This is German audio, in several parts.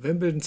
Wimbledon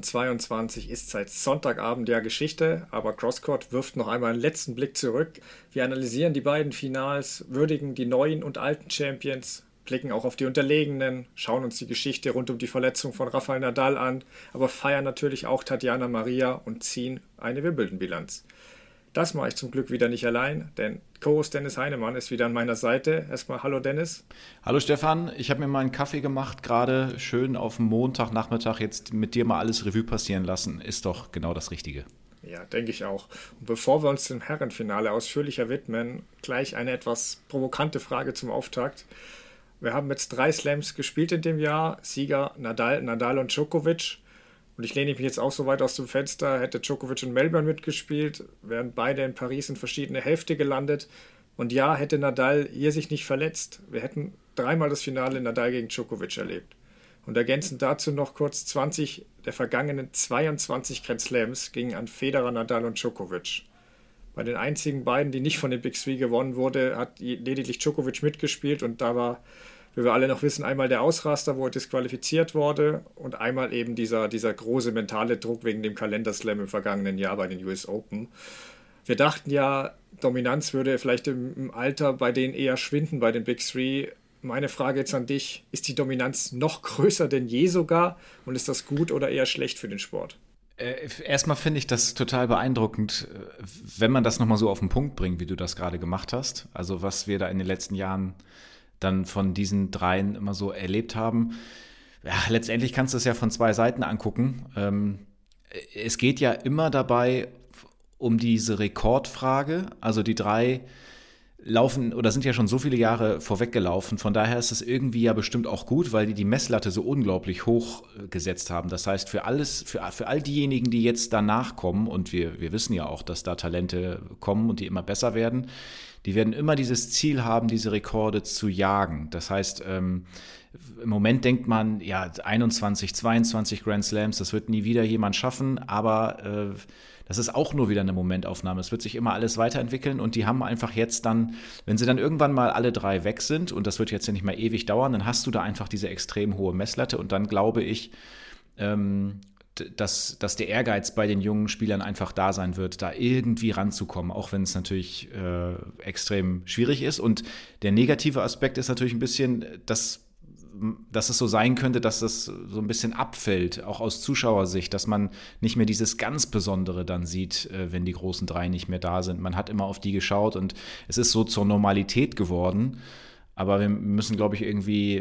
2022 ist seit Sonntagabend ja Geschichte, aber Crosscourt wirft noch einmal einen letzten Blick zurück. Wir analysieren die beiden Finals, würdigen die neuen und alten Champions, blicken auch auf die Unterlegenen, schauen uns die Geschichte rund um die Verletzung von Rafael Nadal an, aber feiern natürlich auch Tatjana Maria und ziehen eine Wimbledon-Bilanz. Das mache ich zum Glück wieder nicht allein, denn Co-Host Dennis Heinemann ist wieder an meiner Seite. Erstmal hallo Dennis. Hallo Stefan, ich habe mir mal einen Kaffee gemacht, gerade schön auf dem Montagnachmittag jetzt mit dir mal alles Revue passieren lassen. Ist doch genau das Richtige. Ja, denke ich auch. Und bevor wir uns dem Herrenfinale ausführlicher widmen, gleich eine etwas provokante Frage zum Auftakt. Wir haben jetzt 3 Slams gespielt in dem Jahr, Sieger Nadal und Djokovic. Und ich lehne mich jetzt auch so weit aus dem Fenster, hätte Djokovic in Melbourne mitgespielt, wären beide in Paris in verschiedene Hälfte gelandet. Und ja, hätte Nadal hier sich nicht verletzt, wir hätten 3-mal das Finale Nadal gegen Djokovic erlebt. Und ergänzend dazu noch kurz 20 der vergangenen 22 Grand Slams gingen an Federer, Nadal und Djokovic. Bei den einzigen beiden, die nicht von den Big Three gewonnen wurde, hat lediglich Djokovic mitgespielt und da war, wie wir alle noch wissen, einmal der Ausraster, wo er disqualifiziert wurde und einmal eben dieser große mentale Druck wegen dem Kalenderslam im vergangenen Jahr bei den US Open. Wir dachten ja, Dominanz würde vielleicht im Alter bei denen eher schwinden, bei den Big Three. Meine Frage jetzt an dich, ist die Dominanz noch größer denn je sogar und ist das gut oder eher schlecht für den Sport? Erstmal finde ich das total beeindruckend, wenn man das nochmal so auf den Punkt bringt, wie du das gerade gemacht hast. Also was wir da in den letzten Jahren dann von diesen dreien immer so erlebt haben. Ja, letztendlich kannst du es ja von 2 Seiten angucken. Es geht ja immer dabei um diese Rekordfrage. Also die 3 laufen oder sind ja schon so viele Jahre vorweggelaufen. Von daher ist es irgendwie ja bestimmt auch gut, weil die Messlatte so unglaublich hoch gesetzt haben. Das heißt, für all diejenigen, die jetzt danach kommen, und wir wissen ja auch, dass da Talente kommen und die immer besser werden, die werden immer dieses Ziel haben, diese Rekorde zu jagen. Das heißt, im Moment denkt man, ja, 21, 22 Grand Slams, das wird nie wieder jemand schaffen, aber das ist auch nur wieder eine Momentaufnahme. Es wird sich immer alles weiterentwickeln und die haben einfach jetzt dann, wenn sie dann irgendwann mal alle 3 weg sind, und das wird jetzt ja nicht mehr ewig dauern, dann hast du da einfach diese extrem hohe Messlatte und dann glaube ich, dass der Ehrgeiz bei den jungen Spielern einfach da sein wird, da irgendwie ranzukommen, auch wenn es natürlich extrem schwierig ist. Und der negative Aspekt ist natürlich ein bisschen, dass es so sein könnte, dass das so ein bisschen abfällt, auch aus Zuschauersicht, dass man nicht mehr dieses ganz Besondere dann sieht, wenn die großen 3 nicht mehr da sind. Man hat immer auf die geschaut und es ist so zur Normalität geworden. Aber wir müssen, glaube ich, irgendwie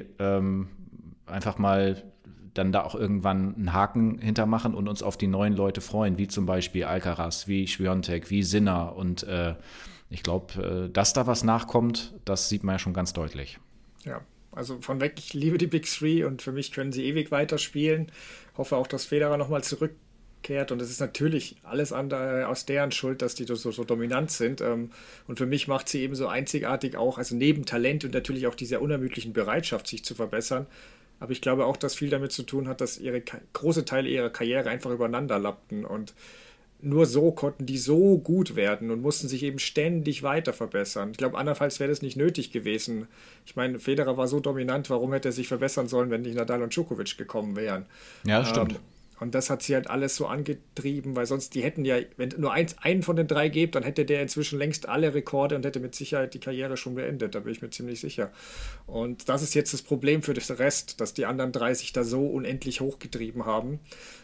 einfach mal dann da auch irgendwann einen Haken hintermachen und uns auf die neuen Leute freuen, wie zum Beispiel Alcaraz, wie Swiatek, wie Sinner. Und ich glaube, dass da was nachkommt, das sieht man ja schon ganz deutlich. Ja, also von weg, ich liebe die Big Three und für mich können sie ewig weiterspielen. Hoffe auch, dass Federer nochmal zurückkehrt und es ist natürlich alles andere aus deren Schuld, dass die so dominant sind. Und für mich macht sie eben so einzigartig auch, also neben Talent und natürlich auch dieser unermüdlichen Bereitschaft, sich zu verbessern. Aber ich glaube auch, dass viel damit zu tun hat, dass große Teile ihrer Karriere einfach übereinander lappten und nur so konnten die so gut werden und mussten sich eben ständig weiter verbessern. Ich glaube, andernfalls wäre das nicht nötig gewesen. Ich meine, Federer war so dominant, warum hätte er sich verbessern sollen, wenn nicht Nadal und Djokovic gekommen wären? Ja, das stimmt. Und das hat sie halt alles so angetrieben, weil sonst, die hätten ja, wenn nur einen von den 3 gibt, dann hätte der inzwischen längst alle Rekorde und hätte mit Sicherheit die Karriere schon beendet, da bin ich mir ziemlich sicher. Und das ist jetzt das Problem für den Rest, dass die anderen 3 sich da so unendlich hochgetrieben haben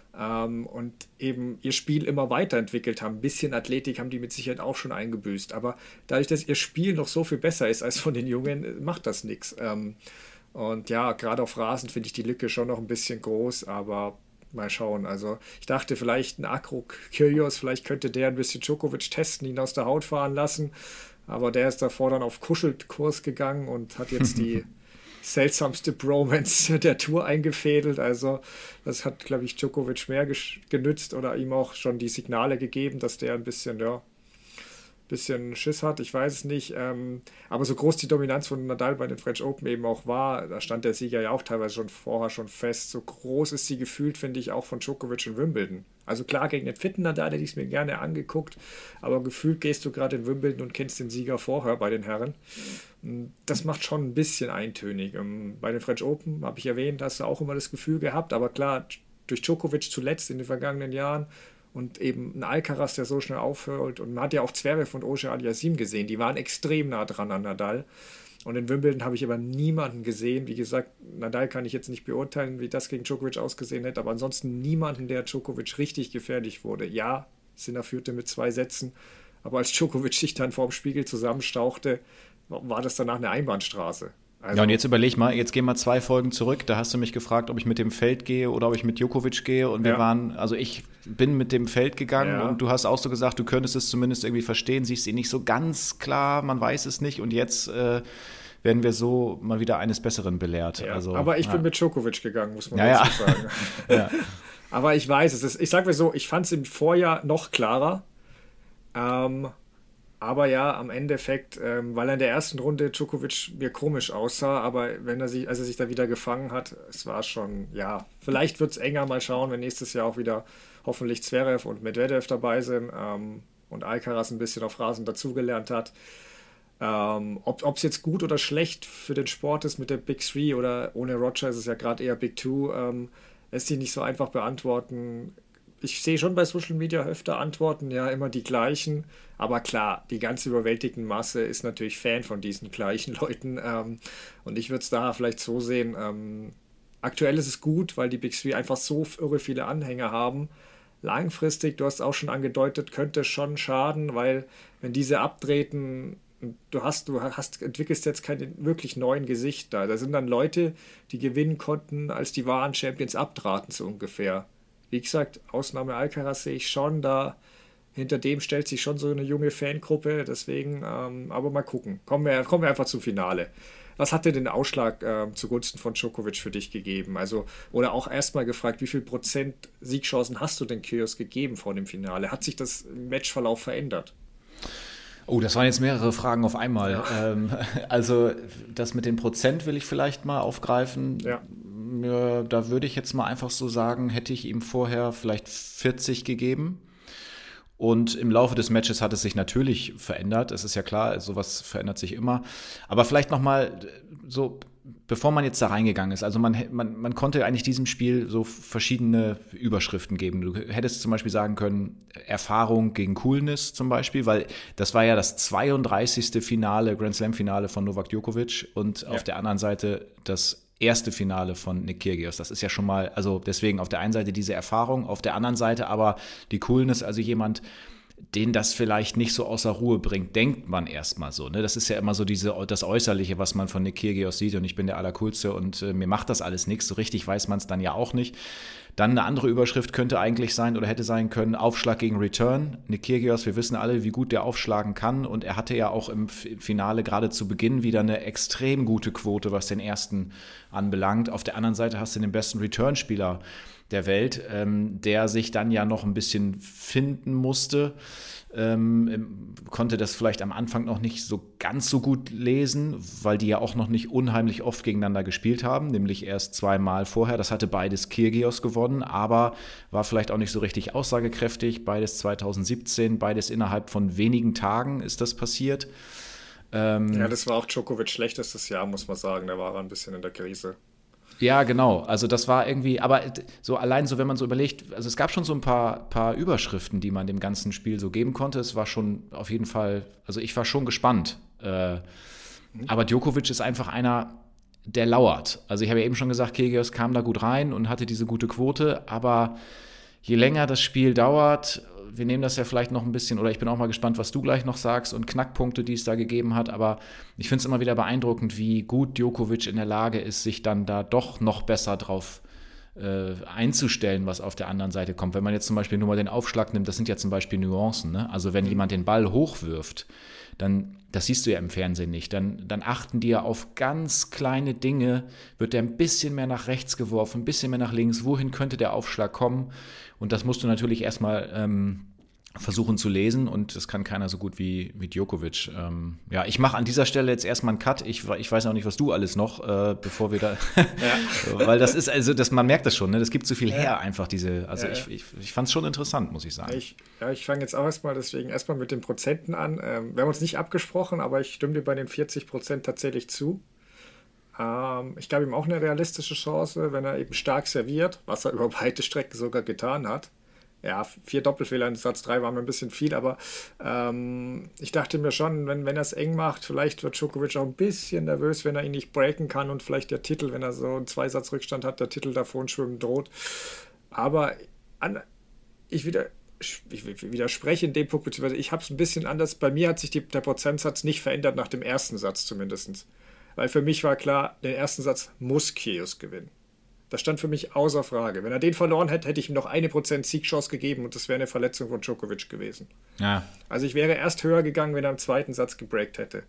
und eben ihr Spiel immer weiterentwickelt haben. Ein bisschen Athletik haben die mit Sicherheit auch schon eingebüßt, aber dadurch, dass ihr Spiel noch so viel besser ist als von den Jungen, macht das nichts. Und ja, gerade auf Rasen finde ich die Lücke schon noch ein bisschen groß, aber mal schauen. Also ich dachte vielleicht ein Akruk Kyrgios, vielleicht könnte der ein bisschen Djokovic testen, ihn aus der Haut fahren lassen. Aber der ist davor dann auf Kuschelkurs gegangen und hat jetzt die seltsamste Bromance der Tour eingefädelt. Also das hat, glaube ich, Djokovic mehr genützt oder ihm auch schon die Signale gegeben, dass der ein bisschen Schiss hat, ich weiß es nicht. Aber so groß die Dominanz von Nadal bei den French Open eben auch war, da stand der Sieger ja auch teilweise schon vorher schon fest. So groß ist sie gefühlt, finde ich, auch von Djokovic in Wimbledon. Also klar, gegen den fitten Nadal hätte ich es mir gerne angeguckt, aber gefühlt gehst du gerade in Wimbledon und kennst den Sieger vorher bei den Herren. Das macht schon ein bisschen eintönig. Bei den French Open, habe ich erwähnt, hast du auch immer das Gefühl gehabt, aber klar, durch Djokovic zuletzt in den vergangenen Jahren und eben ein Alcaraz, der so schnell aufhört. Und man hat ja auch Zverev und Auger Aliassime gesehen, die waren extrem nah dran an Nadal. Und in Wimbledon habe ich aber niemanden gesehen. Wie gesagt, Nadal kann ich jetzt nicht beurteilen, wie das gegen Djokovic ausgesehen hätte, aber ansonsten niemanden, der Djokovic richtig gefährlich wurde. Ja, Sinner führte mit 2 Sätzen, aber als Djokovic sich dann vorm Spiegel zusammenstauchte, war das danach eine Einbahnstraße. Also, ja, und jetzt überleg mal, jetzt gehen wir 2 Folgen zurück. Da hast du mich gefragt, ob ich mit dem Feld gehe oder ob ich mit Djokovic gehe. Und wir waren, also ich bin mit dem Feld gegangen und du hast auch so gesagt, du könntest es zumindest irgendwie verstehen, siehst ihn nicht so ganz klar, man weiß es nicht. Und jetzt werden wir so mal wieder eines Besseren belehrt. Ja, also, aber ich bin mit Djokovic gegangen, muss man dazu sagen. Ja. Aber ich weiß es. Ich sage mir so, ich fand es im Vorjahr noch klarer. Aber ja, am Endeffekt, weil er in der ersten Runde Djokovic mir komisch aussah, aber als er sich da wieder gefangen hat, es war schon, ja, vielleicht wird es enger, mal schauen, wenn nächstes Jahr auch wieder hoffentlich Zverev und Medvedev dabei sind und Alcaraz ein bisschen auf Rasen dazugelernt hat. Ob es jetzt gut oder schlecht für den Sport ist mit der Big Three oder ohne Roger ist es ja gerade eher Big Two, lässt sich nicht so einfach beantworten. Ich sehe schon bei Social Media öfter Antworten, ja, immer die gleichen. Aber klar, die ganze überwältigende Masse ist natürlich Fan von diesen gleichen Leuten. Und ich würde es da vielleicht so sehen. Aktuell ist es gut, weil die Big Three einfach so irre viele Anhänger haben. Langfristig, du hast auch schon angedeutet, könnte es schon schaden, weil wenn diese abtreten, entwickelst jetzt keine wirklich neuen Gesichter. Da sind dann Leute, die gewinnen konnten, als die wahren Champions abtraten, so ungefähr. Wie gesagt, Ausnahme Alcaraz sehe ich schon, da hinter dem stellt sich schon so eine junge Fangruppe, deswegen, aber mal gucken. Kommen wir einfach zum Finale. Was hat denn den Ausschlag zugunsten von Djokovic für dich gegeben? Also, oder auch erstmal gefragt, wie viel Prozent Siegchancen hast du denn Kyrgios gegeben vor dem Finale? Hat sich das Matchverlauf verändert? Oh, das waren jetzt mehrere Fragen auf einmal. Ja. Also das mit den Prozent will ich vielleicht mal aufgreifen. Ja, da würde ich jetzt mal einfach so sagen, hätte ich ihm vorher vielleicht 40 gegeben. Und im Laufe des Matches hat es sich natürlich verändert. Es ist ja klar, sowas verändert sich immer. Aber vielleicht nochmal so, bevor man jetzt da reingegangen ist. Also man konnte eigentlich diesem Spiel so verschiedene Überschriften geben. Du hättest zum Beispiel sagen können, Erfahrung gegen Coolness zum Beispiel, weil das war ja das 32. Finale, Grand Slam Finale von Novak Djokovic und auf der anderen Seite das erste Finale von Nick Kyrgios. Das ist ja schon mal, also deswegen auf der einen Seite diese Erfahrung, auf der anderen Seite aber die Coolness, also jemand, den das vielleicht nicht so außer Ruhe bringt, denkt man erstmal so. Ne? Das ist ja immer so das Äußerliche, was man von Nick Kyrgios sieht und ich bin der Allercoolste und mir macht das alles nichts. So richtig weiß man es dann ja auch nicht. Dann eine andere Überschrift könnte eigentlich sein oder hätte sein können, Aufschlag gegen Return. Nick Kyrgios, wir wissen alle, wie gut der aufschlagen kann und er hatte ja auch im Finale gerade zu Beginn wieder eine extrem gute Quote, was den ersten anbelangt. Auf der anderen Seite hast du den besten Return-Spieler der Welt, der sich dann ja noch ein bisschen finden musste, konnte das vielleicht am Anfang noch nicht so ganz so gut lesen, weil die ja auch noch nicht unheimlich oft gegeneinander gespielt haben, nämlich erst 2 Mal vorher. Das hatte beides Kyrgios gewonnen, aber war vielleicht auch nicht so richtig aussagekräftig. Beides 2017, beides innerhalb von wenigen Tagen ist das passiert. Ja, das war auch Djokovic schlechtestes Jahr, muss man sagen. Da war er ein bisschen in der Krise. Ja, genau. Also das war irgendwie, aber so allein so, wenn man so überlegt, also es gab schon so ein paar Überschriften, die man dem ganzen Spiel so geben konnte. Es war schon auf jeden Fall, also ich war schon gespannt. Aber Djokovic ist einfach einer, der lauert. Also ich habe ja eben schon gesagt, Kyrgios kam da gut rein und hatte diese gute Quote, aber je länger das Spiel dauert, wir nehmen das ja vielleicht noch ein bisschen, oder ich bin auch mal gespannt, was du gleich noch sagst und Knackpunkte, die es da gegeben hat, aber ich finde es immer wieder beeindruckend, wie gut Djokovic in der Lage ist, sich dann da doch noch besser drauf einzustellen, was auf der anderen Seite kommt. Wenn man jetzt zum Beispiel nur mal den Aufschlag nimmt, das sind ja zum Beispiel Nuancen, ne? Also wenn jemand den Ball hochwirft, dann, das siehst du ja im Fernsehen nicht, dann achten die ja auf ganz kleine Dinge, wird der ein bisschen mehr nach rechts geworfen, ein bisschen mehr nach links, wohin könnte der Aufschlag kommen? Und das musst du natürlich erstmal versuchen zu lesen und das kann keiner so gut wie Djokovic. Ja, ich mache an dieser Stelle jetzt erstmal einen Cut. Ich weiß auch nicht, was du alles noch, bevor wir da, weil das ist, also man merkt das schon, ne? Das gibt so viel her einfach ich fand es schon interessant, muss ich sagen. Ich fange jetzt auch erstmal mit den Prozenten an. Wir haben uns nicht abgesprochen, aber ich stimme dir bei den 40% tatsächlich zu. Ich gab ihm auch eine realistische Chance, wenn er eben stark serviert, was er über weite Strecken sogar getan hat. Ja, 4 Doppelfehler in Satz 3 waren mir ein bisschen viel, aber ich dachte mir schon, wenn er es eng macht, vielleicht wird Djokovic auch ein bisschen nervös, wenn er ihn nicht breaken kann und vielleicht der Titel, wenn er so einen Zweisatz-Rückstand hat, der Titel davon schwimmen droht. Aber ich widerspreche in dem Punkt, beziehungsweise ich habe es ein bisschen anders. Bei mir hat sich der Prozentsatz nicht verändert nach dem ersten Satz zumindest. Weil für mich war klar, den ersten Satz muss Kyrgios gewinnen. Das stand für mich außer Frage. Wenn er den verloren hätte, hätte ich ihm noch 1% Siegchance gegeben und das wäre eine Verletzung von Djokovic gewesen. Ja. Also ich wäre erst höher gegangen, wenn er im zweiten Satz gebreakt hätte.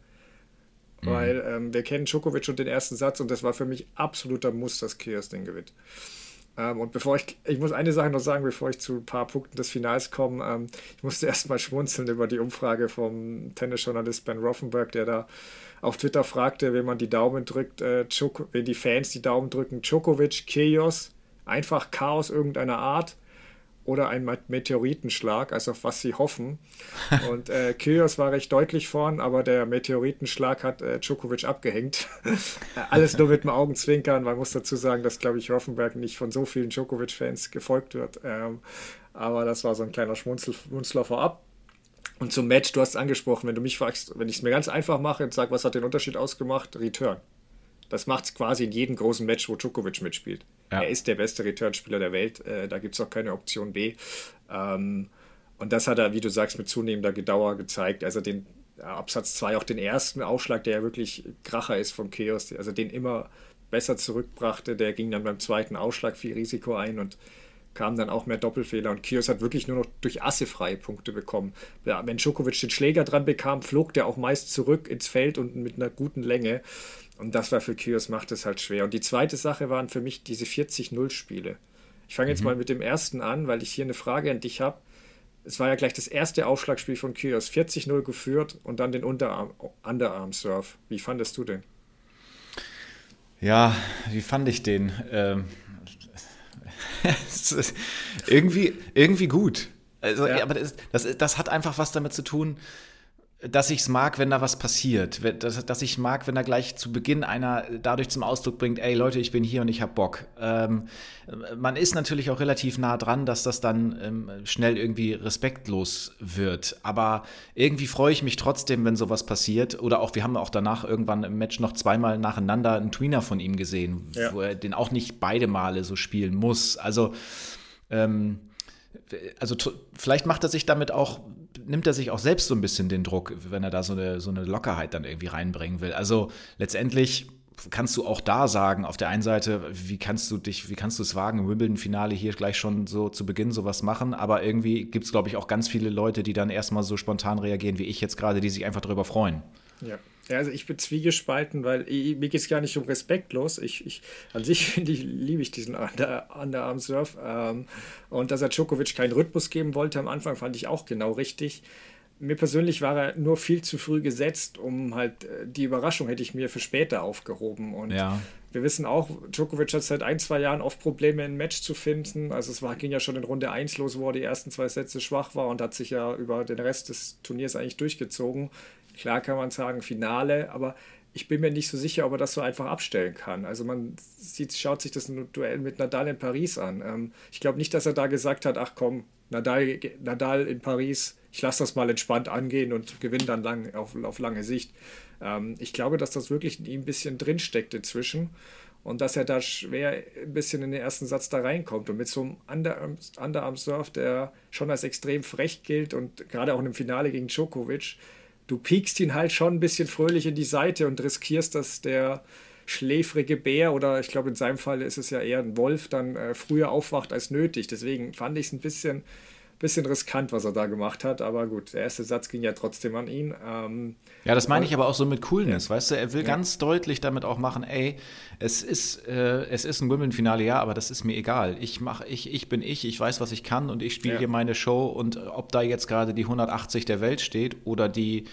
Weil wir kennen Djokovic und den ersten Satz und das war für mich absoluter Muss, dass Kyrgios den gewinnt. Und ich muss eine Sache noch sagen, bevor ich zu ein paar Punkten des Finals komme. Ich musste erst mal schmunzeln über die Umfrage vom Tennisjournalist Ben Rothenberg, der da auf Twitter fragte, wenn man die Daumen drückt, wenn die Fans die Daumen drücken, Djokovic, Kyrgios, einfach Chaos irgendeiner Art oder ein Meteoritenschlag, also auf was sie hoffen. Und Kyrgios war recht deutlich vorn, aber der Meteoritenschlag hat Djokovic abgehängt. Alles nur mit dem Augenzwinkern. Man muss dazu sagen, dass, glaube ich, Rothenberg nicht von so vielen Djokovic-Fans gefolgt wird. Aber das war so ein kleiner Schmunzler vorab. Und zum Match, du hast es angesprochen, wenn du mich fragst, wenn ich es mir ganz einfach mache und sage, was hat den Unterschied ausgemacht? Return. Das macht es quasi in jedem großen Match, wo Djokovic mitspielt. Ja. Er ist der beste Returnspieler der Welt, da gibt es auch keine Option B. Und das hat er, wie du sagst, mit zunehmender Dauer gezeigt. Also den Absatz 2, auch den ersten Aufschlag, der ja wirklich Kracher ist vom Kyrgios, also den immer besser zurückbrachte, der ging dann beim zweiten Aufschlag viel Risiko ein und kamen dann auch mehr Doppelfehler und Kyrgios hat wirklich nur noch durch Asse freie Punkte bekommen. Ja, wenn Djokovic den Schläger dran bekam, flog der auch meist zurück ins Feld und mit einer guten Länge. Und das war für Kyrgios, macht es halt schwer. Und die zweite Sache waren für mich diese 40-0-Spiele. Ich fange jetzt mal mit dem ersten an, weil ich hier eine Frage an dich habe. Es war ja gleich das erste Aufschlagspiel von Kyrgios, 40-0 geführt und dann den Underarm-Serve. Wie fandest du den? Ja, wie fand ich den? irgendwie gut. Also, ja. Aber das hat einfach was damit zu tun, dass ich es mag, wenn da was passiert. Dass ich mag, wenn da gleich zu Beginn einer dadurch zum Ausdruck bringt, ey Leute, ich bin hier und ich hab Bock. Man ist natürlich auch relativ nah dran, dass das dann schnell irgendwie respektlos wird. Aber irgendwie freue ich mich trotzdem, wenn sowas passiert. Oder auch, wir haben auch danach irgendwann im Match noch zweimal nacheinander einen Tweener von ihm gesehen, wo er den auch nicht beide Male so spielen muss. Also vielleicht nimmt er sich auch selbst so ein bisschen den Druck, wenn er da so eine Lockerheit dann irgendwie reinbringen will. Also letztendlich kannst du auch da sagen, auf der einen Seite, wie kannst du es wagen, im Wimbledon-Finale hier gleich schon so zu Beginn sowas machen, aber irgendwie gibt es, glaube ich, auch ganz viele Leute, die dann erstmal so spontan reagieren, wie ich jetzt gerade, die sich einfach darüber freuen. Ja. Ja, also ich bin zwiegespalten, weil mir geht es gar nicht um respektlos. An sich liebe ich diesen Underarm-Serve. Und dass er Djokovic keinen Rhythmus geben wollte am Anfang, fand ich auch genau richtig. Mir persönlich war er nur viel zu früh gesetzt, um halt die Überraschung hätte ich mir für später aufgehoben. Und wir wissen auch, Djokovic hat seit 1-2 Jahren oft Probleme, ein Match zu finden. Also ging ja schon in Runde 1 los, wo er die ersten 2 Sätze schwach war und hat sich ja über den Rest des Turniers eigentlich durchgezogen. Klar kann man sagen Finale, aber ich bin mir nicht so sicher, ob er das so einfach abstellen kann. Also man schaut sich das Duell mit Nadal in Paris an. Ich glaube nicht, dass er da gesagt hat, ach komm, Nadal in Paris, ich lasse das mal entspannt angehen und gewinne dann auf lange Sicht. Ich glaube, dass das wirklich in ihm ein bisschen drinsteckt inzwischen und dass er da schwer ein bisschen in den ersten Satz da reinkommt. Und mit so einem Underarm-Serve, der schon als extrem frech gilt und gerade auch in einem Finale gegen Djokovic, du piekst ihn halt schon ein bisschen fröhlich in die Seite und riskierst, dass der schläfrige Bär, oder ich glaube in seinem Fall ist es ja eher ein Wolf, dann früher aufwacht als nötig. Deswegen fand ich es ein bisschen riskant, was er da gemacht hat. Aber gut, der erste Satz ging ja trotzdem an ihn. Ja, das meine ich aber auch so mit Coolness, weißt du? Er will ganz deutlich damit auch machen, ey, es ist ein Wimbledon-Finale, ja, aber das ist mir egal. Ich bin ich weiß, was ich kann und ich spiele hier meine Show und ob da jetzt gerade die 180 der Welt steht oder die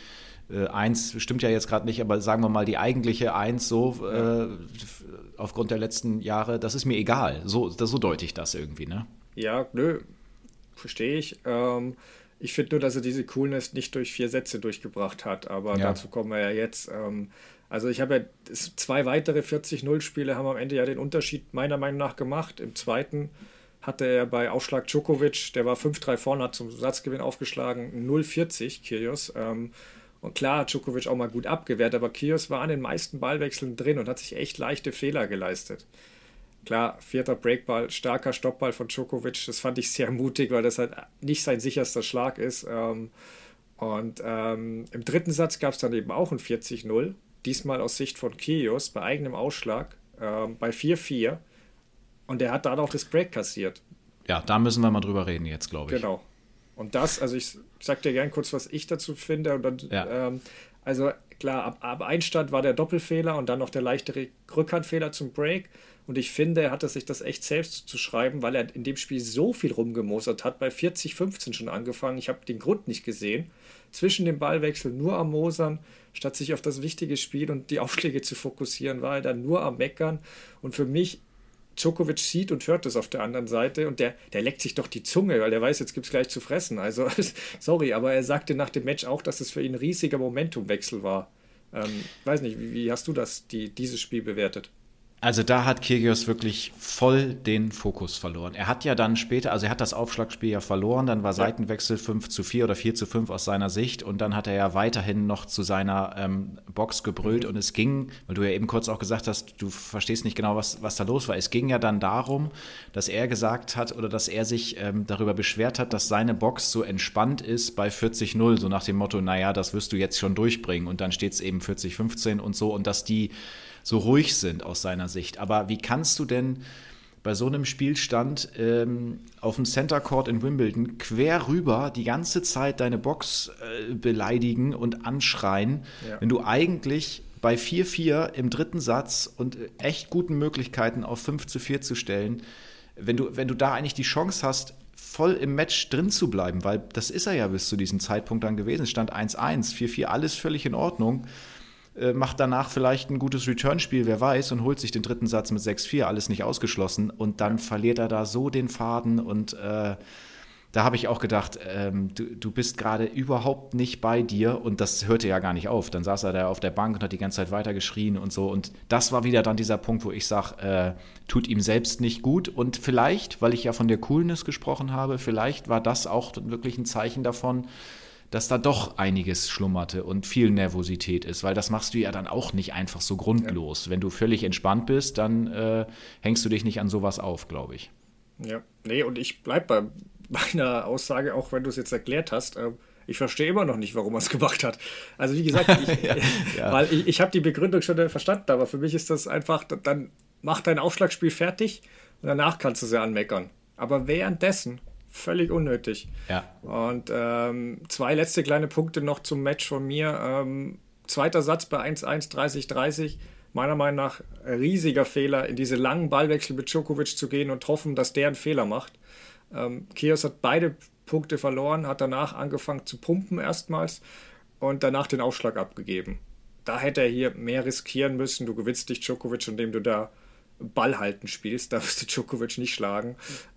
1, stimmt ja jetzt gerade nicht, aber sagen wir mal die eigentliche 1 so aufgrund der letzten Jahre, das ist mir egal. So deute ich das irgendwie, ne? Ja, nö, verstehe ich. Ich finde nur, dass er diese Coolness nicht durch 4 Sätze durchgebracht hat, aber dazu kommen wir ja jetzt. Also ich habe ja 2 weitere 40-0-Spiele haben am Ende ja den Unterschied meiner Meinung nach gemacht. Im zweiten hatte er bei Aufschlag Djokovic, der war 5-3 vorne, hat zum Satzgewinn aufgeschlagen, 0,40 Kyrgios. Und klar hat Djokovic auch mal gut abgewehrt, aber Kyrgios war an den meisten Ballwechseln drin und hat sich echt leichte Fehler geleistet. Klar, 4. Breakball, starker Stoppball von Djokovic, das fand ich sehr mutig, weil das halt nicht sein sicherster Schlag ist. Im dritten Satz gab es dann eben auch ein 40-0, diesmal aus Sicht von Kyrgios bei eigenem Ausschlag, bei 4-4. Und der hat dann auch das Break kassiert. Ja, da müssen wir mal drüber reden jetzt, glaube ich. Genau. Und das, also ich sag dir gern kurz, was ich dazu finde. Und dann, Ja. also klar, ab Einstand war der Doppelfehler und dann noch der leichte Rückhandfehler zum Break. Und ich finde, er hatte sich das echt selbst zu schreiben, weil er in dem Spiel so viel rumgemosert hat, bei 40-15 schon angefangen. Ich habe den Grund nicht gesehen. Zwischen dem Ballwechsel nur am Mosern, statt sich auf das wichtige Spiel und die Aufschläge zu fokussieren, war er dann nur am Meckern. Und für mich, Djokovic sieht und hört es auf der anderen Seite und der leckt sich doch die Zunge, weil der weiß, jetzt gibt es gleich zu fressen. Also, sorry, aber er sagte nach dem Match auch, dass es für ihn ein riesiger Momentumwechsel war. Weiß nicht, wie hast du dieses Spiel bewertet? Also da hat Kyrgios wirklich voll den Fokus verloren. Er hat ja dann später, also er hat das Aufschlagspiel ja verloren, dann war Seitenwechsel 5-4 oder 4-5 aus seiner Sicht und dann hat er ja weiterhin noch zu seiner Box gebrüllt und es ging, weil du ja eben kurz auch gesagt hast, du verstehst nicht genau, was da los war. Es ging ja dann darum, dass er gesagt hat oder dass er sich darüber beschwert hat, dass seine Box so entspannt ist bei 40-0, so nach dem Motto, naja, das wirst du jetzt schon durchbringen und dann steht es eben 40-15 und so und dass die so ruhig sind aus seiner Sicht. Aber wie kannst du denn bei so einem Spielstand auf dem Center Court in Wimbledon quer rüber die ganze Zeit deine Box beleidigen und anschreien, wenn du eigentlich bei 4-4 im dritten Satz und echt guten Möglichkeiten auf 5-4 zu stellen, wenn du da eigentlich die Chance hast, voll im Match drin zu bleiben, weil das ist er ja bis zu diesem Zeitpunkt dann gewesen. Es stand 1-1, 4-4, alles völlig in Ordnung. Macht danach vielleicht ein gutes Return-Spiel, wer weiß, und holt sich den dritten Satz mit 6-4, alles nicht ausgeschlossen. Und dann verliert er da so den Faden. Und da habe ich auch gedacht, du bist gerade überhaupt nicht bei dir. Und das hörte ja gar nicht auf. Dann saß er da auf der Bank und hat die ganze Zeit weiter geschrien und so. Und das war wieder dann dieser Punkt, wo ich sage, tut ihm selbst nicht gut. Und vielleicht, weil ich ja von der Coolness gesprochen habe, vielleicht war das auch wirklich ein Zeichen davon, dass da doch einiges schlummerte und viel Nervosität ist, weil das machst du ja dann auch nicht einfach so grundlos. Ja. Wenn du völlig entspannt bist, dann hängst du dich nicht an sowas auf, glaube ich. Ja, nee, und ich bleibe bei meiner Aussage, auch wenn du es jetzt erklärt hast, ich verstehe immer noch nicht, warum er es gemacht hat. Also wie gesagt, weil ich habe die Begründung schon verstanden, aber für mich ist das einfach, dann mach dein Aufschlagspiel fertig und danach kannst du sie anmeckern. Aber währenddessen völlig unnötig. Ja. Und 2 letzte kleine Punkte noch zum Match von mir. Zweiter Satz bei 1-1, 30-30. Meiner Meinung nach riesiger Fehler, in diese langen Ballwechsel mit Djokovic zu gehen und hoffen, dass der einen Fehler macht. Kyrgios hat beide Punkte verloren, hat danach angefangen zu pumpen erstmals und danach den Aufschlag abgegeben. Da hätte er hier mehr riskieren müssen. Du gewinnst dich Djokovic, indem du da Ball halten spielst. Da wirst du Djokovic nicht schlagen.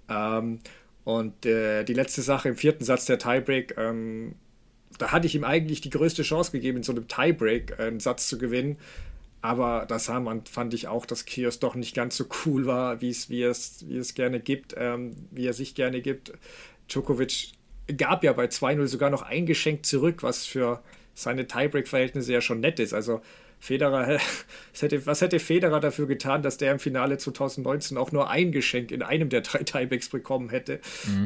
Und die letzte Sache im vierten Satz, der Tiebreak, da hatte ich ihm eigentlich die größte Chance gegeben, in so einem Tiebreak einen Satz zu gewinnen. Aber das fand ich auch, dass Kyrgios doch nicht ganz so cool war, wie es gerne gibt, wie er sich gerne gibt. Djokovic gab ja bei 2-0 sogar noch eingeschenkt zurück, was für seine Tiebreak-Verhältnisse ja schon nett ist. Also Federer, was hätte Federer dafür getan, dass der im Finale 2019 auch nur ein Geschenk in einem der 3 Tiebreaks bekommen hätte?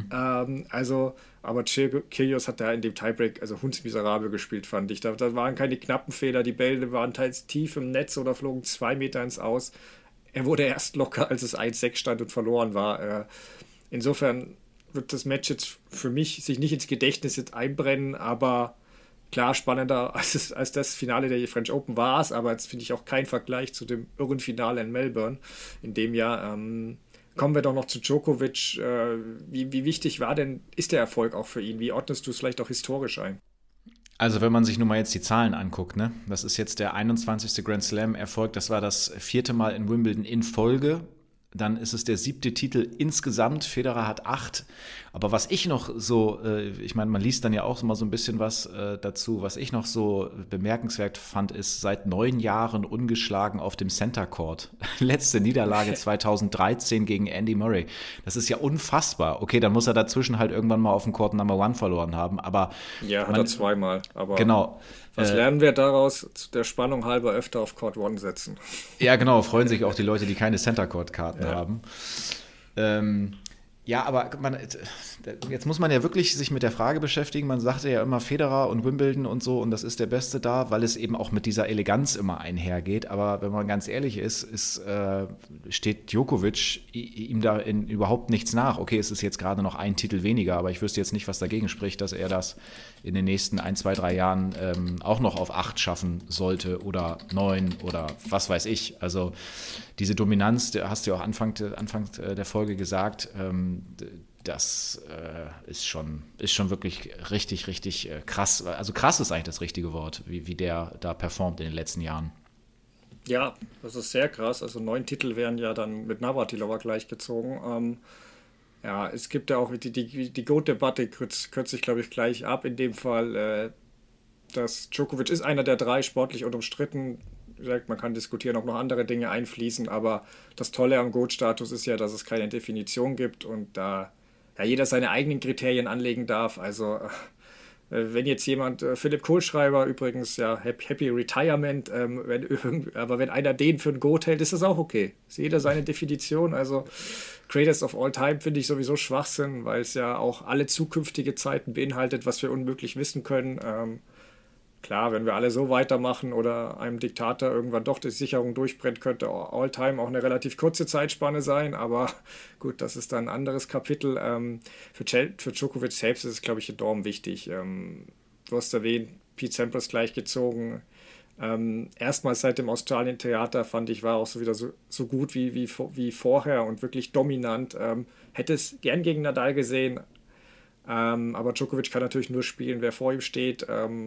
Aber Kyrgios hat da in dem Tiebreak also hundsmiserabel gespielt, fand ich. Da waren keine knappen Fehler, die Bälle waren teils tief im Netz oder flogen 2 Meter ins Aus. Er wurde erst locker, als es 1-6 stand und verloren war. Insofern wird das Match jetzt für mich sich nicht ins Gedächtnis jetzt einbrennen, aber klar, spannender als das Finale der French Open war es, aber jetzt finde ich auch kein Vergleich zu dem irren Finale in Melbourne in dem Jahr. Kommen wir doch noch zu Djokovic. Wie wichtig ist der Erfolg auch für ihn? Wie ordnest du es vielleicht auch historisch ein? Also wenn man sich nun mal jetzt die Zahlen anguckt, ne? Das ist jetzt der 21. Grand Slam-Erfolg, das war das 4. Mal in Wimbledon in Folge. Dann ist es der 7. Titel insgesamt. Federer hat 8. Aber was ich noch so, ich meine, man liest dann ja auch mal so ein bisschen was dazu, was ich noch so bemerkenswert fand, ist seit 9 Jahren ungeschlagen auf dem Center Court. Letzte Niederlage 2013 gegen Andy Murray. Das ist ja unfassbar. Okay, dann muss er dazwischen halt irgendwann mal auf dem Court Number 1 verloren haben. Aber ja, hat er zweimal. Aber genau. Was lernen wir daraus? Der Spannung halber öfter auf Court 1 setzen. Ja, genau. Freuen sich auch die Leute, die keine Center Court Karten haben. Ja, aber jetzt muss man ja wirklich sich mit der Frage beschäftigen. Man sagte ja immer Federer und Wimbledon und so und das ist der Beste da, weil es eben auch mit dieser Eleganz immer einhergeht. Aber wenn man ganz ehrlich ist, steht Djokovic ihm da überhaupt nichts nach. Okay, es ist jetzt gerade noch ein Titel weniger, aber ich wüsste jetzt nicht, was dagegen spricht, dass er das in den nächsten 1, 2, 3 Jahren auch noch auf 8 schaffen sollte oder 9 oder was weiß ich. Also diese Dominanz, hast du ja auch Anfang der Folge gesagt, das ist schon wirklich richtig, richtig krass. Also krass ist eigentlich das richtige Wort, wie der da performt in den letzten Jahren. Ja, das ist sehr krass. Also 9 Titel wären ja dann mit Navratilova gleichgezogen. Ja, es gibt ja auch die GOAT-Debatte, kürzt sich, glaube ich, gleich ab. In dem Fall, dass Djokovic ist einer der 3, sportlich unumstritten. Wie gesagt, man kann diskutieren, ob noch andere Dinge einfließen, aber das Tolle am GOAT-Status ist ja, dass es keine Definition gibt und da ja, jeder seine eigenen Kriterien anlegen darf. Also wenn jetzt jemand, Philipp Kohlschreiber übrigens, ja, Happy Retirement, aber wenn einer den für einen GOAT hält, ist das auch okay. Ist jeder seine Definition, also Greatest of All Time finde ich sowieso Schwachsinn, weil es ja auch alle zukünftige Zeiten beinhaltet, was wir unmöglich wissen können. Klar, wenn wir alle so weitermachen oder einem Diktator irgendwann doch die Sicherung durchbrennt, könnte All-Time auch eine relativ kurze Zeitspanne sein, aber gut, das ist dann ein anderes Kapitel. Für Djokovic selbst ist es, glaube ich, enorm wichtig. Du hast erwähnt, Pete Sampras gleichgezogen. Erstmals seit dem Australien-Theater, fand ich, war auch so wieder so gut wie vorher und wirklich dominant. Hätte es gern gegen Nadal gesehen, aber Djokovic kann natürlich nur spielen, wer vor ihm steht.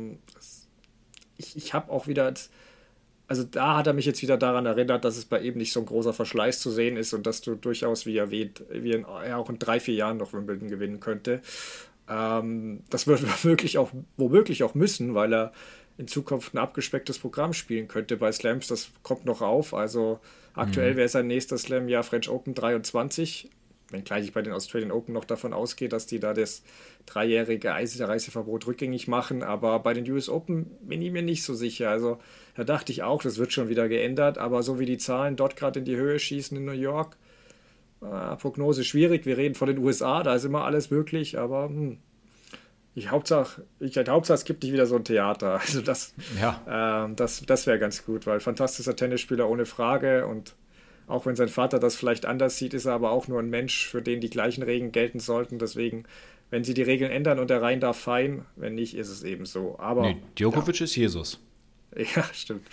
Ich habe auch wieder, also da hat er mich jetzt wieder daran erinnert, dass es bei ihm nicht so ein großer Verschleiß zu sehen ist und dass du durchaus, wie erwähnt, er auch in 3, 4 Jahren noch Wimbledon gewinnen könnte. Das wird womöglich auch müssen, weil er in Zukunft ein abgespecktes Programm spielen könnte bei Slams. Das kommt noch auf. Also aktuell wäre sein nächster Slam ja French Open 23. Wenngleich ich bei den Australian Open noch davon ausgehe, dass die da das 3-jährige Reiseverbot rückgängig machen, aber bei den US Open bin ich mir nicht so sicher. Also da dachte ich auch, das wird schon wieder geändert, aber so wie die Zahlen dort gerade in die Höhe schießen in New York, Prognose schwierig. Wir reden von den USA, da ist immer alles möglich, aber Hauptsache, es gibt nicht wieder so ein Theater. Also das wäre ganz gut, weil fantastischer Tennisspieler ohne Frage und auch wenn sein Vater das vielleicht anders sieht, ist er aber auch nur ein Mensch, für den die gleichen Regeln gelten sollten. Deswegen, wenn sie die Regeln ändern und er rein darf, fein. Wenn nicht, ist es eben so. Aber Djokovic ist Jesus. Ja, stimmt.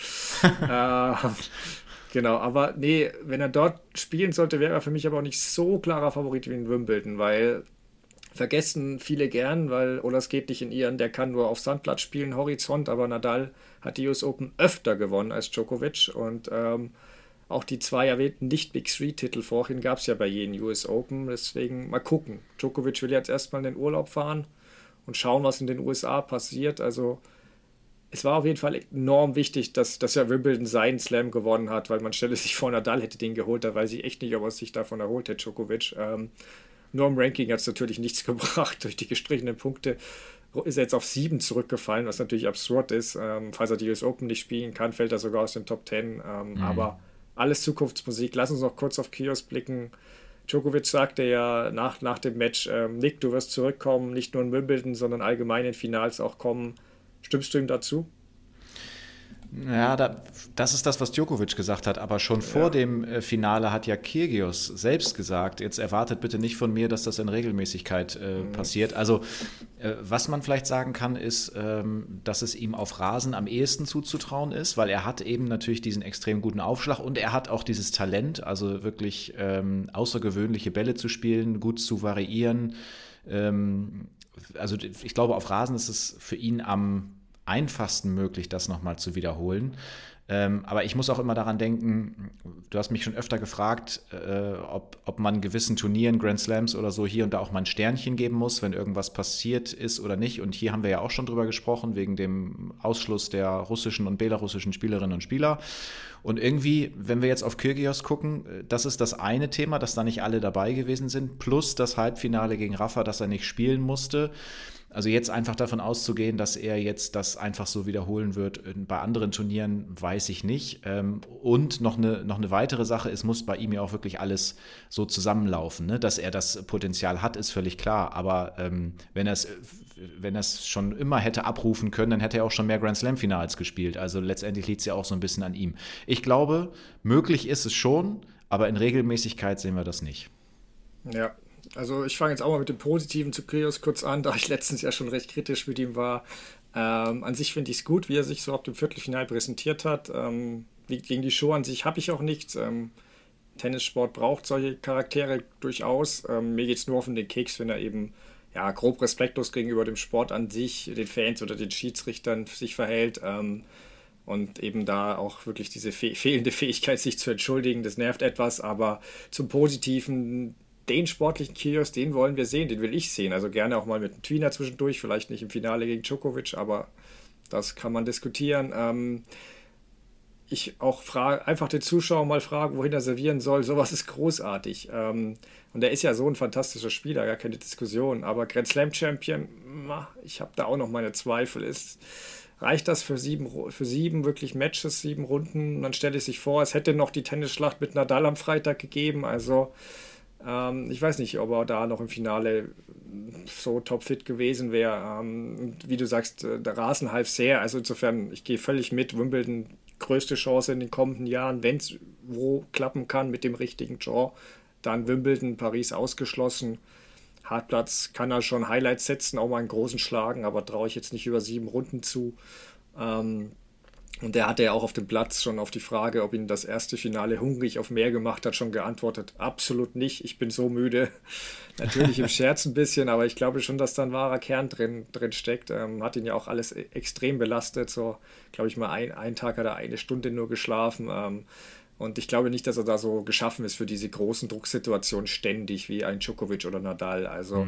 Genau, aber nee, wenn er dort spielen sollte, wäre er für mich aber auch nicht so klarer Favorit wie in Wimbledon, weil vergessen viele gern, oder es geht nicht in ihren, der kann nur auf Sandplatz spielen, Horizont, aber Nadal hat die US Open öfter gewonnen als Djokovic und auch die 2 erwähnten Nicht-Big-Three-Titel vorhin gab es ja bei jedem US Open, deswegen mal gucken. Djokovic will jetzt erstmal in den Urlaub fahren und schauen, was in den USA passiert. Also es war auf jeden Fall enorm wichtig, dass er Wimbledon seinen Slam gewonnen hat, weil man stelle sich vor, Nadal hätte den geholt, da weiß ich echt nicht, ob er sich davon erholt hätte, Djokovic. Nur im Ranking hat es natürlich nichts gebracht. Durch die gestrichenen Punkte ist er jetzt auf 7 zurückgefallen, was natürlich absurd ist. Falls er die US Open nicht spielen kann, fällt er sogar aus den Top 10. Aber alles Zukunftsmusik. Lass uns noch kurz auf Kyrgios blicken. Djokovic sagte ja nach dem Match, Nick, du wirst zurückkommen, nicht nur in Wimbledon, sondern allgemein in Finals auch kommen. Stimmst du ihm dazu? Ja, das ist das, was Djokovic gesagt hat, aber schon vor dem Finale hat ja Kyrgios selbst gesagt, jetzt erwartet bitte nicht von mir, dass das in Regelmäßigkeit passiert. Also was man vielleicht sagen kann, ist, dass es ihm auf Rasen am ehesten zuzutrauen ist, weil er hat eben natürlich diesen extrem guten Aufschlag und er hat auch dieses Talent, also wirklich außergewöhnliche Bälle zu spielen, gut zu variieren. Also ich glaube, auf Rasen ist es für ihn am einfachsten möglich, das nochmal zu wiederholen. Aber ich muss auch immer daran denken, du hast mich schon öfter gefragt, ob man gewissen Turnieren, Grand Slams oder so hier und da auch mal ein Sternchen geben muss, wenn irgendwas passiert ist oder nicht. Und hier haben wir ja auch schon drüber gesprochen, wegen dem Ausschluss der russischen und belarussischen Spielerinnen und Spieler. Und irgendwie, wenn wir jetzt auf Kyrgios gucken, das ist das eine Thema, dass da nicht alle dabei gewesen sind, plus das Halbfinale gegen Rafa, dass er nicht spielen musste. Also jetzt einfach davon auszugehen, dass er jetzt das einfach so wiederholen wird bei anderen Turnieren, weiß ich nicht. Und noch eine weitere Sache, es muss bei ihm ja auch wirklich alles so zusammenlaufen. Ne? Dass er das Potenzial hat, ist völlig klar. Aber wenn er es schon immer hätte abrufen können, dann hätte er auch schon mehr Grand Slam-Finals gespielt. Also letztendlich liegt es ja auch so ein bisschen an ihm. Ich glaube, möglich ist es schon, aber in Regelmäßigkeit sehen wir das nicht. Ja, also ich fange jetzt auch mal mit dem Positiven zu Kyrgios kurz an, da ich letztens ja schon recht kritisch mit ihm war. An sich finde ich es gut, wie er sich so ab dem Viertelfinale präsentiert hat. Gegen die Show an sich habe ich auch nichts. Tennissport braucht solche Charaktere durchaus. Mir geht es nur auf den Keks, wenn er eben ja, grob respektlos gegenüber dem Sport an sich, den Fans oder den Schiedsrichtern sich verhält. Und eben da auch wirklich diese fehlende Fähigkeit, sich zu entschuldigen, das nervt etwas. Aber zum Positiven, den sportlichen Kyrgios, den wollen wir sehen, den will ich sehen. Also gerne auch mal mit einem Tweener zwischendurch, vielleicht nicht im Finale gegen Djokovic, aber das kann man diskutieren. Ich auch einfach den Zuschauer mal fragen, wohin er servieren soll. Sowas ist großartig. Und er ist ja so ein fantastischer Spieler, gar keine Diskussion. Aber Grand Slam Champion, ich habe da auch noch meine Zweifel. Reicht das für sieben wirklich Matches, 7 Runden? Man stelle sich vor, es hätte noch die Tennisschlacht mit Nadal am Freitag gegeben. Also ich weiß nicht, ob er da noch im Finale so topfit gewesen wäre. Wie du sagst, der Rasen half sehr. Also insofern, ich gehe völlig mit. Wimbledon, größte Chance in den kommenden Jahren, wenn es wo klappen kann mit dem richtigen Draw. Dann Wimbledon, Paris ausgeschlossen. Hartplatz kann er schon Highlights setzen, auch mal einen großen schlagen, aber traue ich jetzt nicht über 7 Runden zu. Und der hatte ja auch auf dem Platz schon auf die Frage, ob ihn das erste Finale hungrig auf mehr gemacht hat, schon geantwortet, absolut nicht, ich bin so müde. Natürlich im Scherz ein bisschen, aber ich glaube schon, dass da ein wahrer Kern drin steckt. Hat ihn ja auch alles extrem belastet. So, glaube ich mal, einen Tag hat er 1 Stunde nur geschlafen. Und ich glaube nicht, dass er da so geschaffen ist für diese großen Drucksituationen ständig wie ein Djokovic oder Nadal. Also,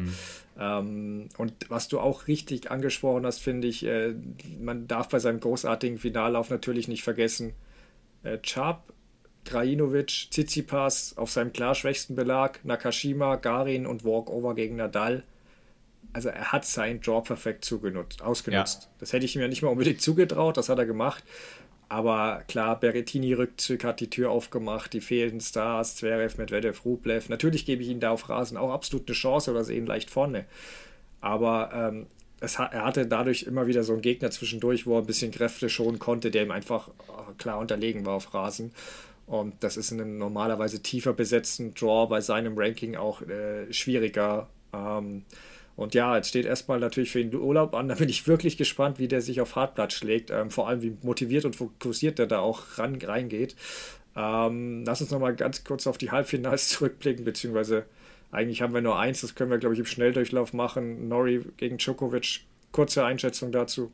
und was du auch richtig angesprochen hast, finde ich, man darf bei seinem großartigen Finallauf natürlich nicht vergessen, Čap, Krajinovic, Tsitsipas auf seinem klar schwächsten Belag, Nakashima, Garin und Walkover gegen Nadal. Also er hat sein Draw perfekt ausgenutzt. Ja. Das hätte ich ihm ja nicht mal unbedingt zugetraut, das hat er gemacht. Aber klar, Berrettini-Rückzug hat die Tür aufgemacht, die fehlenden Stars, Zverev, Medvedev, Rublev. Natürlich gebe ich ihnen da auf Rasen auch absolut eine Chance oder sehen leicht vorne. Aber er hatte dadurch immer wieder so einen Gegner zwischendurch, wo er ein bisschen Kräfte schonen konnte, der ihm einfach klar unterlegen war auf Rasen. Und das ist in einem normalerweise tiefer besetzten Draw bei seinem Ranking auch schwieriger. Und ja, jetzt steht erstmal natürlich für ihn Urlaub an. Da bin ich wirklich gespannt, wie der sich auf Hartplatz schlägt. Vor allem, wie motiviert und fokussiert der da auch reingeht. Lass uns nochmal ganz kurz auf die Halbfinals zurückblicken, beziehungsweise eigentlich haben wir nur eins, das können wir, glaube ich, im Schnelldurchlauf machen. Norrie gegen Djokovic. Kurze Einschätzung dazu.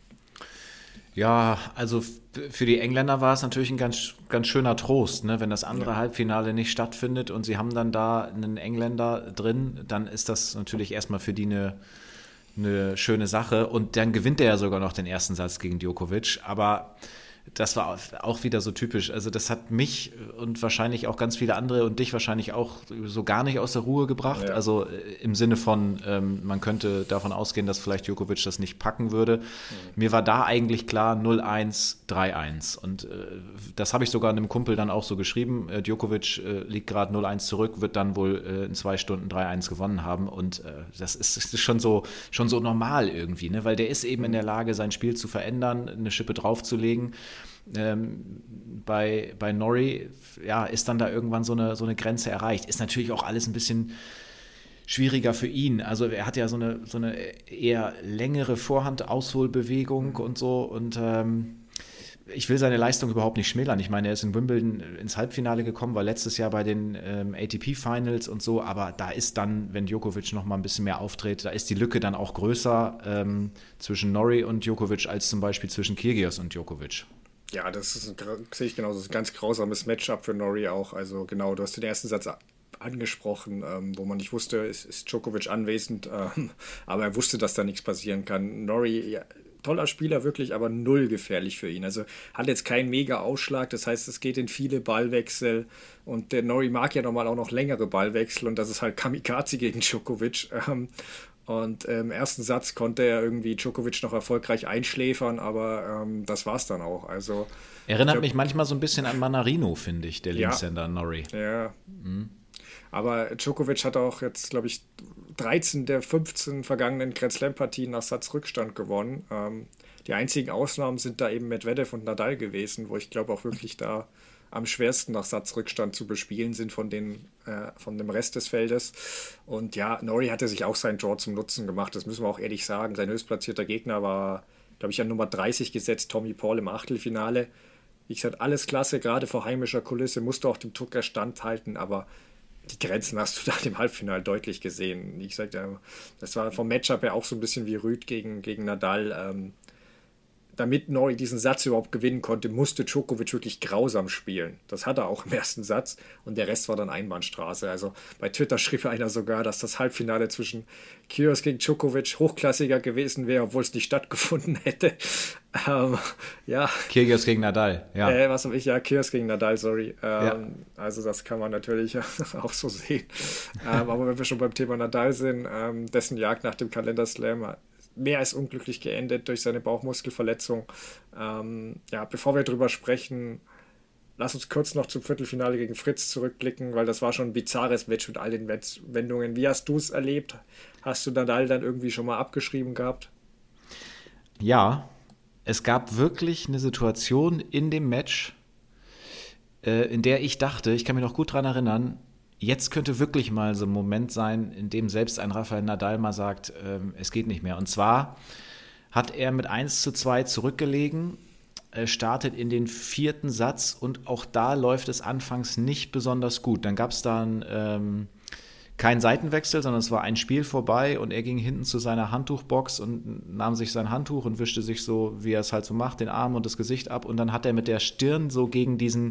Ja, also für die Engländer war es natürlich ein ganz, ganz schöner Trost, ne? Wenn das andere Halbfinale nicht stattfindet und sie haben dann da einen Engländer drin, dann ist das natürlich erstmal für die eine schöne Sache. Und dann gewinnt er ja sogar noch den ersten Satz gegen Djokovic. Aber das war auch wieder so typisch. Also das hat mich und wahrscheinlich auch ganz viele andere und dich wahrscheinlich auch so gar nicht aus der Ruhe gebracht. Ja. Also im Sinne von, man könnte davon ausgehen, dass vielleicht Djokovic das nicht packen würde. Mir war da eigentlich klar 0-1, 3-1. Und das habe ich sogar einem Kumpel dann auch so geschrieben. Djokovic liegt gerade 0-1 zurück, wird dann wohl in 2 Stunden 3-1 gewonnen haben. Und das ist schon so normal irgendwie, ne? Weil der ist eben in der Lage, sein Spiel zu verändern, eine Schippe draufzulegen. Bei Norrie, ja, ist dann da irgendwann so eine Grenze erreicht. Ist natürlich auch alles ein bisschen schwieriger für ihn. Also er hat ja so eine eher längere Vorhand-Ausholbewegung und so und ich will seine Leistung überhaupt nicht schmälern. Ich meine, er ist in Wimbledon ins Halbfinale gekommen, war letztes Jahr bei den ATP-Finals und so, aber da ist dann, wenn Djokovic noch mal ein bisschen mehr auftritt, da ist die Lücke dann auch größer zwischen Norrie und Djokovic als zum Beispiel zwischen Kyrgios und Djokovic. Ja, sehe ich genauso. Das ist ein ganz grausames Matchup für Norrie auch. Also genau, du hast den ersten Satz angesprochen, wo man nicht wusste, ist Djokovic anwesend, aber er wusste, dass da nichts passieren kann. Norrie, ja, toller Spieler wirklich, aber null gefährlich für ihn. Also hat jetzt keinen mega Ausschlag, das heißt, es geht in viele Ballwechsel und der Norrie mag ja normal auch noch längere Ballwechsel und das ist halt Kamikaze gegen Djokovic. Und im ersten Satz konnte er irgendwie Djokovic noch erfolgreich einschläfern, aber das war's dann auch. Also ich Erinnert glaube, mich manchmal so ein bisschen an Manarino, finde ich, der ja, Linkshänder Norrie. ja. Aber Djokovic hat auch jetzt, glaube ich, 13 der 15 vergangenen Grand Slam-Partien nach Satzrückstand gewonnen. Die einzigen Ausnahmen sind da eben Medvedev und Nadal gewesen, wo ich glaube auch wirklich da am schwersten nach Satzrückstand zu bespielen sind von dem Rest des Feldes. Und ja, Norrie hatte sich auch seinen Draw zum Nutzen gemacht, das müssen wir auch ehrlich sagen. Sein höchstplatzierter Gegner war, glaube ich, an Nummer 30 gesetzt, Tommy Paul im Achtelfinale. Wie gesagt, alles klasse, gerade vor heimischer Kulisse, musste auch dem Druck standhalten, aber die Grenzen hast du da im Halbfinale deutlich gesehen. Wie gesagt, das war vom Matchup her auch so ein bisschen wie Rüd gegen Nadal. Damit Norrie diesen Satz überhaupt gewinnen konnte, musste Djokovic wirklich grausam spielen. Das hat er auch im ersten Satz und der Rest war dann Einbahnstraße. Also bei Twitter schrieb einer sogar, dass das Halbfinale zwischen Kyrgios gegen Djokovic hochklassiger gewesen wäre, obwohl es nicht stattgefunden hätte. Ja. Kyrgios gegen Nadal, ja. Was habe ich? Ja, Kyrgios gegen Nadal, sorry. Ja. Also das kann man natürlich auch so sehen. Aber wenn wir schon beim Thema Nadal sind, dessen Jagd nach dem Kalenderslam mehr als unglücklich geendet durch seine Bauchmuskelverletzung. Ja, bevor wir drüber sprechen, lass uns kurz noch zum Viertelfinale gegen Fritz zurückblicken, weil das war schon ein bizarres Match mit all den Wendungen. Wie hast du es erlebt? Hast du Nadal dann irgendwie schon mal abgeschrieben gehabt? Ja, es gab wirklich eine Situation in dem Match, in der ich dachte, ich kann mich noch gut dran erinnern, jetzt könnte wirklich mal so ein Moment sein, in dem selbst ein Rafael Nadal mal sagt, es geht nicht mehr. Und zwar hat er mit 1:2 zurückgelegen, startet in den vierten Satz und auch da läuft es anfangs nicht besonders gut. Dann gab es dann keinen Seitenwechsel, sondern es war ein Spiel vorbei und er ging hinten zu seiner Handtuchbox und nahm sich sein Handtuch und wischte sich so, wie er es halt so macht, den Arm und das Gesicht ab und dann hat er mit der Stirn so gegen diese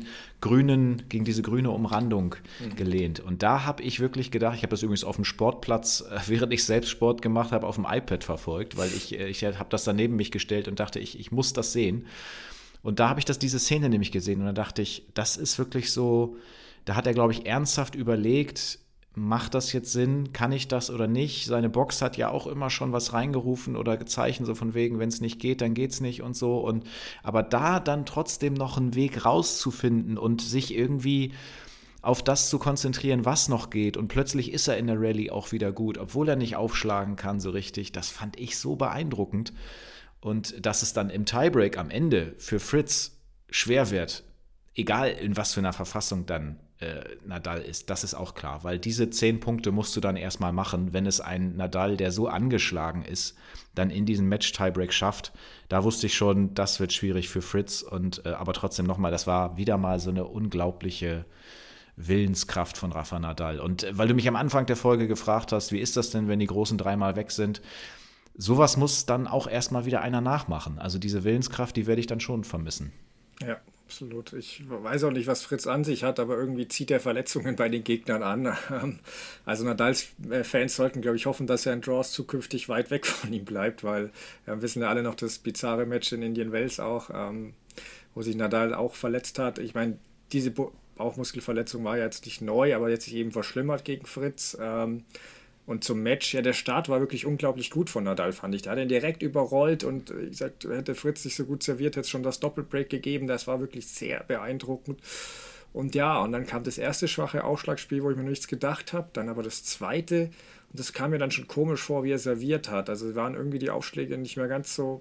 grüne Umrandung gelehnt. Und da habe ich wirklich gedacht, ich habe das übrigens auf dem Sportplatz, während ich selbst Sport gemacht habe, auf dem iPad verfolgt, weil ich habe das dann neben mich gestellt und dachte, ich muss das sehen. Und da habe ich diese Szene nämlich gesehen und da dachte ich, das ist wirklich so, da hat er, glaube ich, ernsthaft überlegt, macht das jetzt Sinn? Kann ich das oder nicht? Seine Box hat ja auch immer schon was reingerufen oder gezeichnet, so von wegen, wenn es nicht geht, dann geht's nicht und so. Aber da dann trotzdem noch einen Weg rauszufinden und sich irgendwie auf das zu konzentrieren, was noch geht. Und plötzlich ist er in der Rallye auch wieder gut, obwohl er nicht aufschlagen kann so richtig. Das fand ich so beeindruckend. Und dass es dann im Tiebreak am Ende für Fritz schwer wird, egal in was für einer Verfassung dann Nadal ist, das ist auch klar, weil diese 10 Punkte musst du dann erstmal machen, wenn es ein Nadal, der so angeschlagen ist, dann in diesen Match-Tiebreak schafft. Da wusste ich schon, das wird schwierig für Fritz aber trotzdem nochmal, das war wieder mal so eine unglaubliche Willenskraft von Rafa Nadal. Und weil du mich am Anfang der Folge gefragt hast, wie ist das denn, wenn die Großen dreimal weg sind? Sowas muss dann auch erstmal wieder einer nachmachen. Also diese Willenskraft, die werde ich dann schon vermissen. Ja, absolut. Ich weiß auch nicht, was Fritz an sich hat, aber irgendwie zieht er Verletzungen bei den Gegnern an. Also Nadals Fans sollten, glaube ich, hoffen, dass er in Draws zukünftig weit weg von ihm bleibt, weil wir wissen ja alle noch das bizarre Match in Indian Wells auch, wo sich Nadal auch verletzt hat. Ich meine, diese Bauchmuskelverletzung war ja jetzt nicht neu, aber jetzt sich eben verschlimmert gegen Fritz. Und zum Match, ja, der Start war wirklich unglaublich gut von Nadal, fand ich. Da hat er ihn direkt überrollt und wie gesagt, hätte Fritz nicht so gut serviert, hätte es schon das Doppelbreak gegeben. Das war wirklich sehr beeindruckend. Und ja, und dann kam das erste schwache Aufschlagspiel, wo ich mir nichts gedacht habe. Dann aber das zweite. Und das kam mir dann schon komisch vor, wie er serviert hat. Also waren irgendwie die Aufschläge nicht mehr ganz so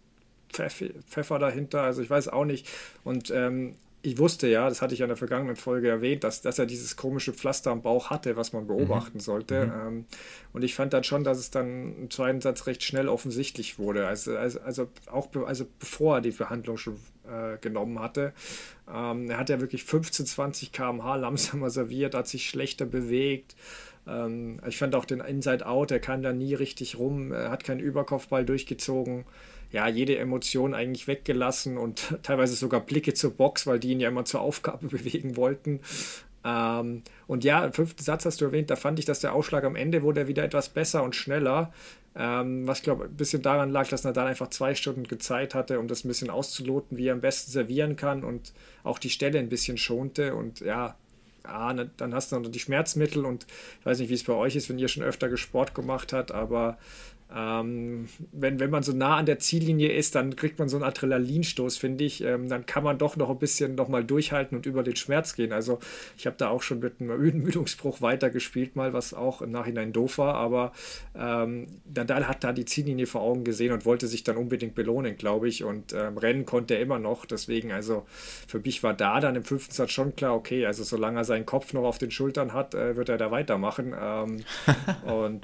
Pfeffer dahinter. Also ich weiß auch nicht. Und ich wusste ja, das hatte ich ja in der vergangenen Folge erwähnt, dass er dieses komische Pflaster am Bauch hatte, was man beobachten sollte. Und ich fand dann schon, dass es dann im zweiten Satz recht schnell offensichtlich wurde. Also bevor er die Behandlung schon genommen hatte. Er hat ja wirklich 15, 20 km/h langsamer serviert, hat sich schlechter bewegt. Ich fand auch den Inside-Out, er kam da nie richtig rum, er hat keinen Überkopfball durchgezogen. ja, jede Emotion eigentlich weggelassen und teilweise sogar Blicke zur Box, weil die ihn ja immer zur Aufgabe bewegen wollten. Und ja, im 5. Satz hast du erwähnt, da fand ich, dass der Ausschlag am Ende wurde wieder etwas besser und schneller. Was, glaube ich, ein bisschen daran lag, dass Nadal einfach 2 Stunden Zeit hatte, um das ein bisschen auszuloten, wie er am besten servieren kann und auch die Stelle ein bisschen schonte. Und ja, dann hast du noch die Schmerzmittel und ich weiß nicht, wie es bei euch ist, wenn ihr schon öfter Sport gemacht habt, aber wenn man so nah an der Ziellinie ist, dann kriegt man so einen Adrenalinstoß, finde ich. Dann kann man doch noch ein bisschen noch mal durchhalten und über den Schmerz gehen. Also ich habe da auch schon mit einem Ermüdungsbruch weitergespielt mal, was auch im Nachhinein doof war, aber Nadal hat da die Ziellinie vor Augen gesehen und wollte sich dann unbedingt belohnen, glaube ich. Und rennen konnte er immer noch. Deswegen, also für mich war da dann im 5. Satz schon klar, okay, also solange er seinen Kopf noch auf den Schultern hat, wird er da weitermachen. Und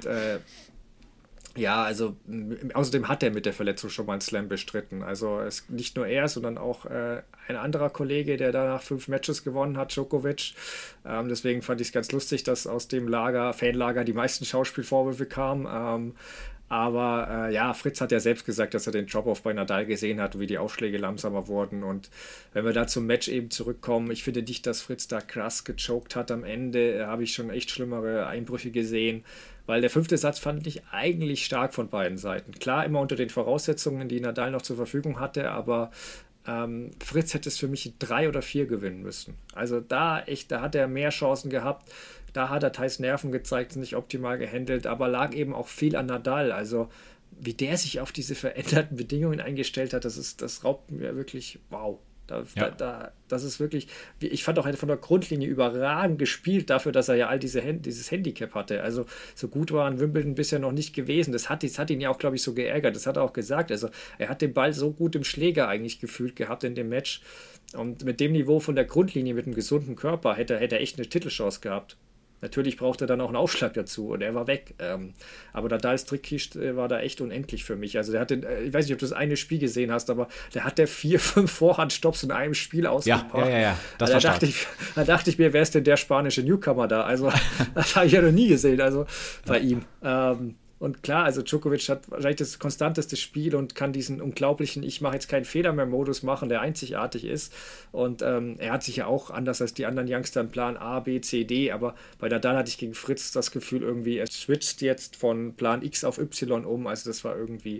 ja, also außerdem hat er mit der Verletzung schon mal einen Slam bestritten. Also nicht nur er, sondern auch ein anderer Kollege, der danach 5 Matches gewonnen hat, Djokovic. Deswegen fand ich es ganz lustig, dass aus dem Fanlager die meisten Schauspielvorwürfe kamen. Aber ja, Fritz hat ja selbst gesagt, dass er den Drop-Off bei Nadal gesehen hat und wie die Aufschläge langsamer wurden. Und wenn wir da zum Match eben zurückkommen, ich finde nicht, dass Fritz da krass gechoked hat am Ende. Da habe ich schon echt schlimmere Einbrüche gesehen. Weil der 5. Satz fand ich eigentlich stark von beiden Seiten. Klar, immer unter den Voraussetzungen, die Nadal noch zur Verfügung hatte, aber Fritz hätte es für mich 3 oder 4 gewinnen müssen. Also da hat er mehr Chancen gehabt. Da hat er teils Nerven gezeigt, nicht optimal gehandelt, aber lag eben auch viel an Nadal. Also wie der sich auf diese veränderten Bedingungen eingestellt hat, das raubt mir wirklich, wow. Das ist wirklich, ich fand auch, er hat von der Grundlinie überragend gespielt, dafür, dass er ja all dieses Handicap hatte. Also so gut war an Wimbledon bisher noch nicht gewesen. Das hat ihn ja auch, glaube ich, so geärgert. Das hat er auch gesagt. Also er hat den Ball so gut im Schläger eigentlich gefühlt gehabt in dem Match. Und mit dem Niveau von der Grundlinie, mit einem gesunden Körper, hätte er echt eine Titelchance gehabt. Natürlich brauchte er dann auch einen Aufschlag dazu und er war weg. Aber Nadals Trickkist war da echt unendlich für mich. Also der hatte, ich weiß nicht, ob du das eine Spiel gesehen hast, aber der hat 4, 5 Vorhandstopps in einem Spiel ausgepackt. Ja. Das da war da dachte ich mir, wer ist denn der spanische Newcomer da? Also das habe ich ja noch nie gesehen, also bei ihm. Und klar, also Djokovic hat wahrscheinlich das konstanteste Spiel und kann diesen unglaublichen Ich mache jetzt keinen Fehler mehr Modus machen, der einzigartig ist. Und er hat sich ja auch, anders als die anderen Youngster, einen Plan A, B, C, D, aber bei Nadal hatte ich gegen Fritz das Gefühl, irgendwie, er switcht jetzt von Plan X auf Y um. Also das war irgendwie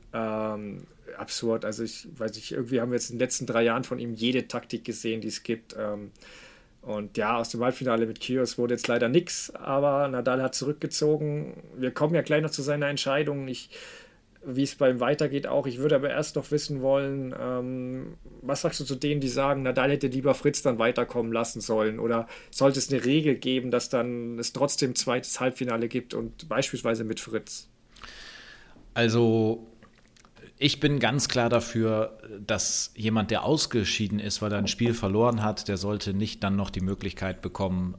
absurd. Also ich weiß nicht, irgendwie haben wir jetzt in den letzten 3 Jahren von ihm jede Taktik gesehen, die es gibt. Und ja, aus dem Halbfinale mit Kyrgios wurde jetzt leider nichts, aber Nadal hat zurückgezogen. Wir kommen ja gleich noch zu seiner Entscheidung, wie es bei ihm weitergeht auch. Ich würde aber erst noch wissen wollen, was sagst du zu denen, die sagen, Nadal hätte lieber Fritz dann weiterkommen lassen sollen? Oder sollte es eine Regel geben, dass dann es trotzdem ein zweites Halbfinale gibt und beispielsweise mit Fritz? Also ich bin ganz klar dafür, dass jemand, der ausgeschieden ist, weil er ein Spiel verloren hat, der sollte nicht dann noch die Möglichkeit bekommen,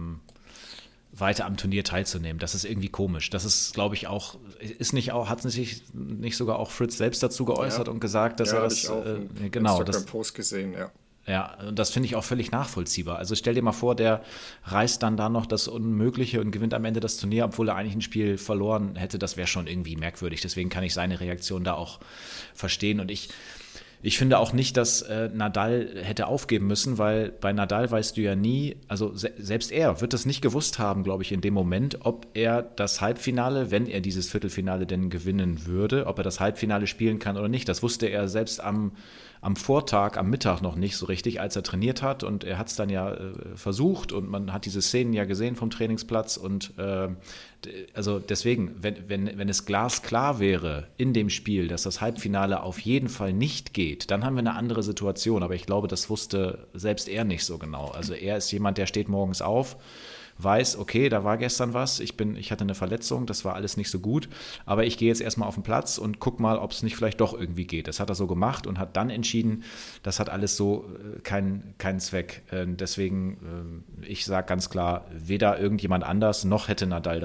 weiter am Turnier teilzunehmen. Das ist irgendwie komisch. Das ist, glaube ich, auch, hat sich nicht sogar auch Fritz selbst dazu geäußert und gesagt, dass er das, genau, das Post gesehen, ja. Ja, und das finde ich auch völlig nachvollziehbar. Also stell dir mal vor, der reißt dann da noch das Unmögliche und gewinnt am Ende das Turnier, obwohl er eigentlich ein Spiel verloren hätte. Das wäre schon irgendwie merkwürdig. Deswegen kann ich seine Reaktion da auch verstehen. Und ich finde auch nicht, dass Nadal hätte aufgeben müssen, weil bei Nadal weißt du ja nie, also selbst er wird das nicht gewusst haben, glaube ich, in dem Moment, ob er das Halbfinale, wenn er dieses Viertelfinale denn gewinnen würde, ob er das Halbfinale spielen kann oder nicht. Das wusste er selbst am Vortag, am Mittag noch nicht so richtig, als er trainiert hat, und er hat es dann ja versucht und man hat diese Szenen ja gesehen vom Trainingsplatz und also deswegen, wenn es glasklar wäre in dem Spiel, dass das Halbfinale auf jeden Fall nicht geht, dann haben wir eine andere Situation, aber ich glaube, das wusste selbst er nicht so genau. Also er ist jemand, der steht morgens auf, weiß, okay, da war gestern was, ich hatte eine Verletzung, das war alles nicht so gut, aber ich gehe jetzt erstmal auf den Platz und guck mal, ob es nicht vielleicht doch irgendwie geht. Das hat er so gemacht und hat dann entschieden, das hat alles so keinen Zweck. Deswegen, ich sage ganz klar, weder irgendjemand anders noch hätte Nadal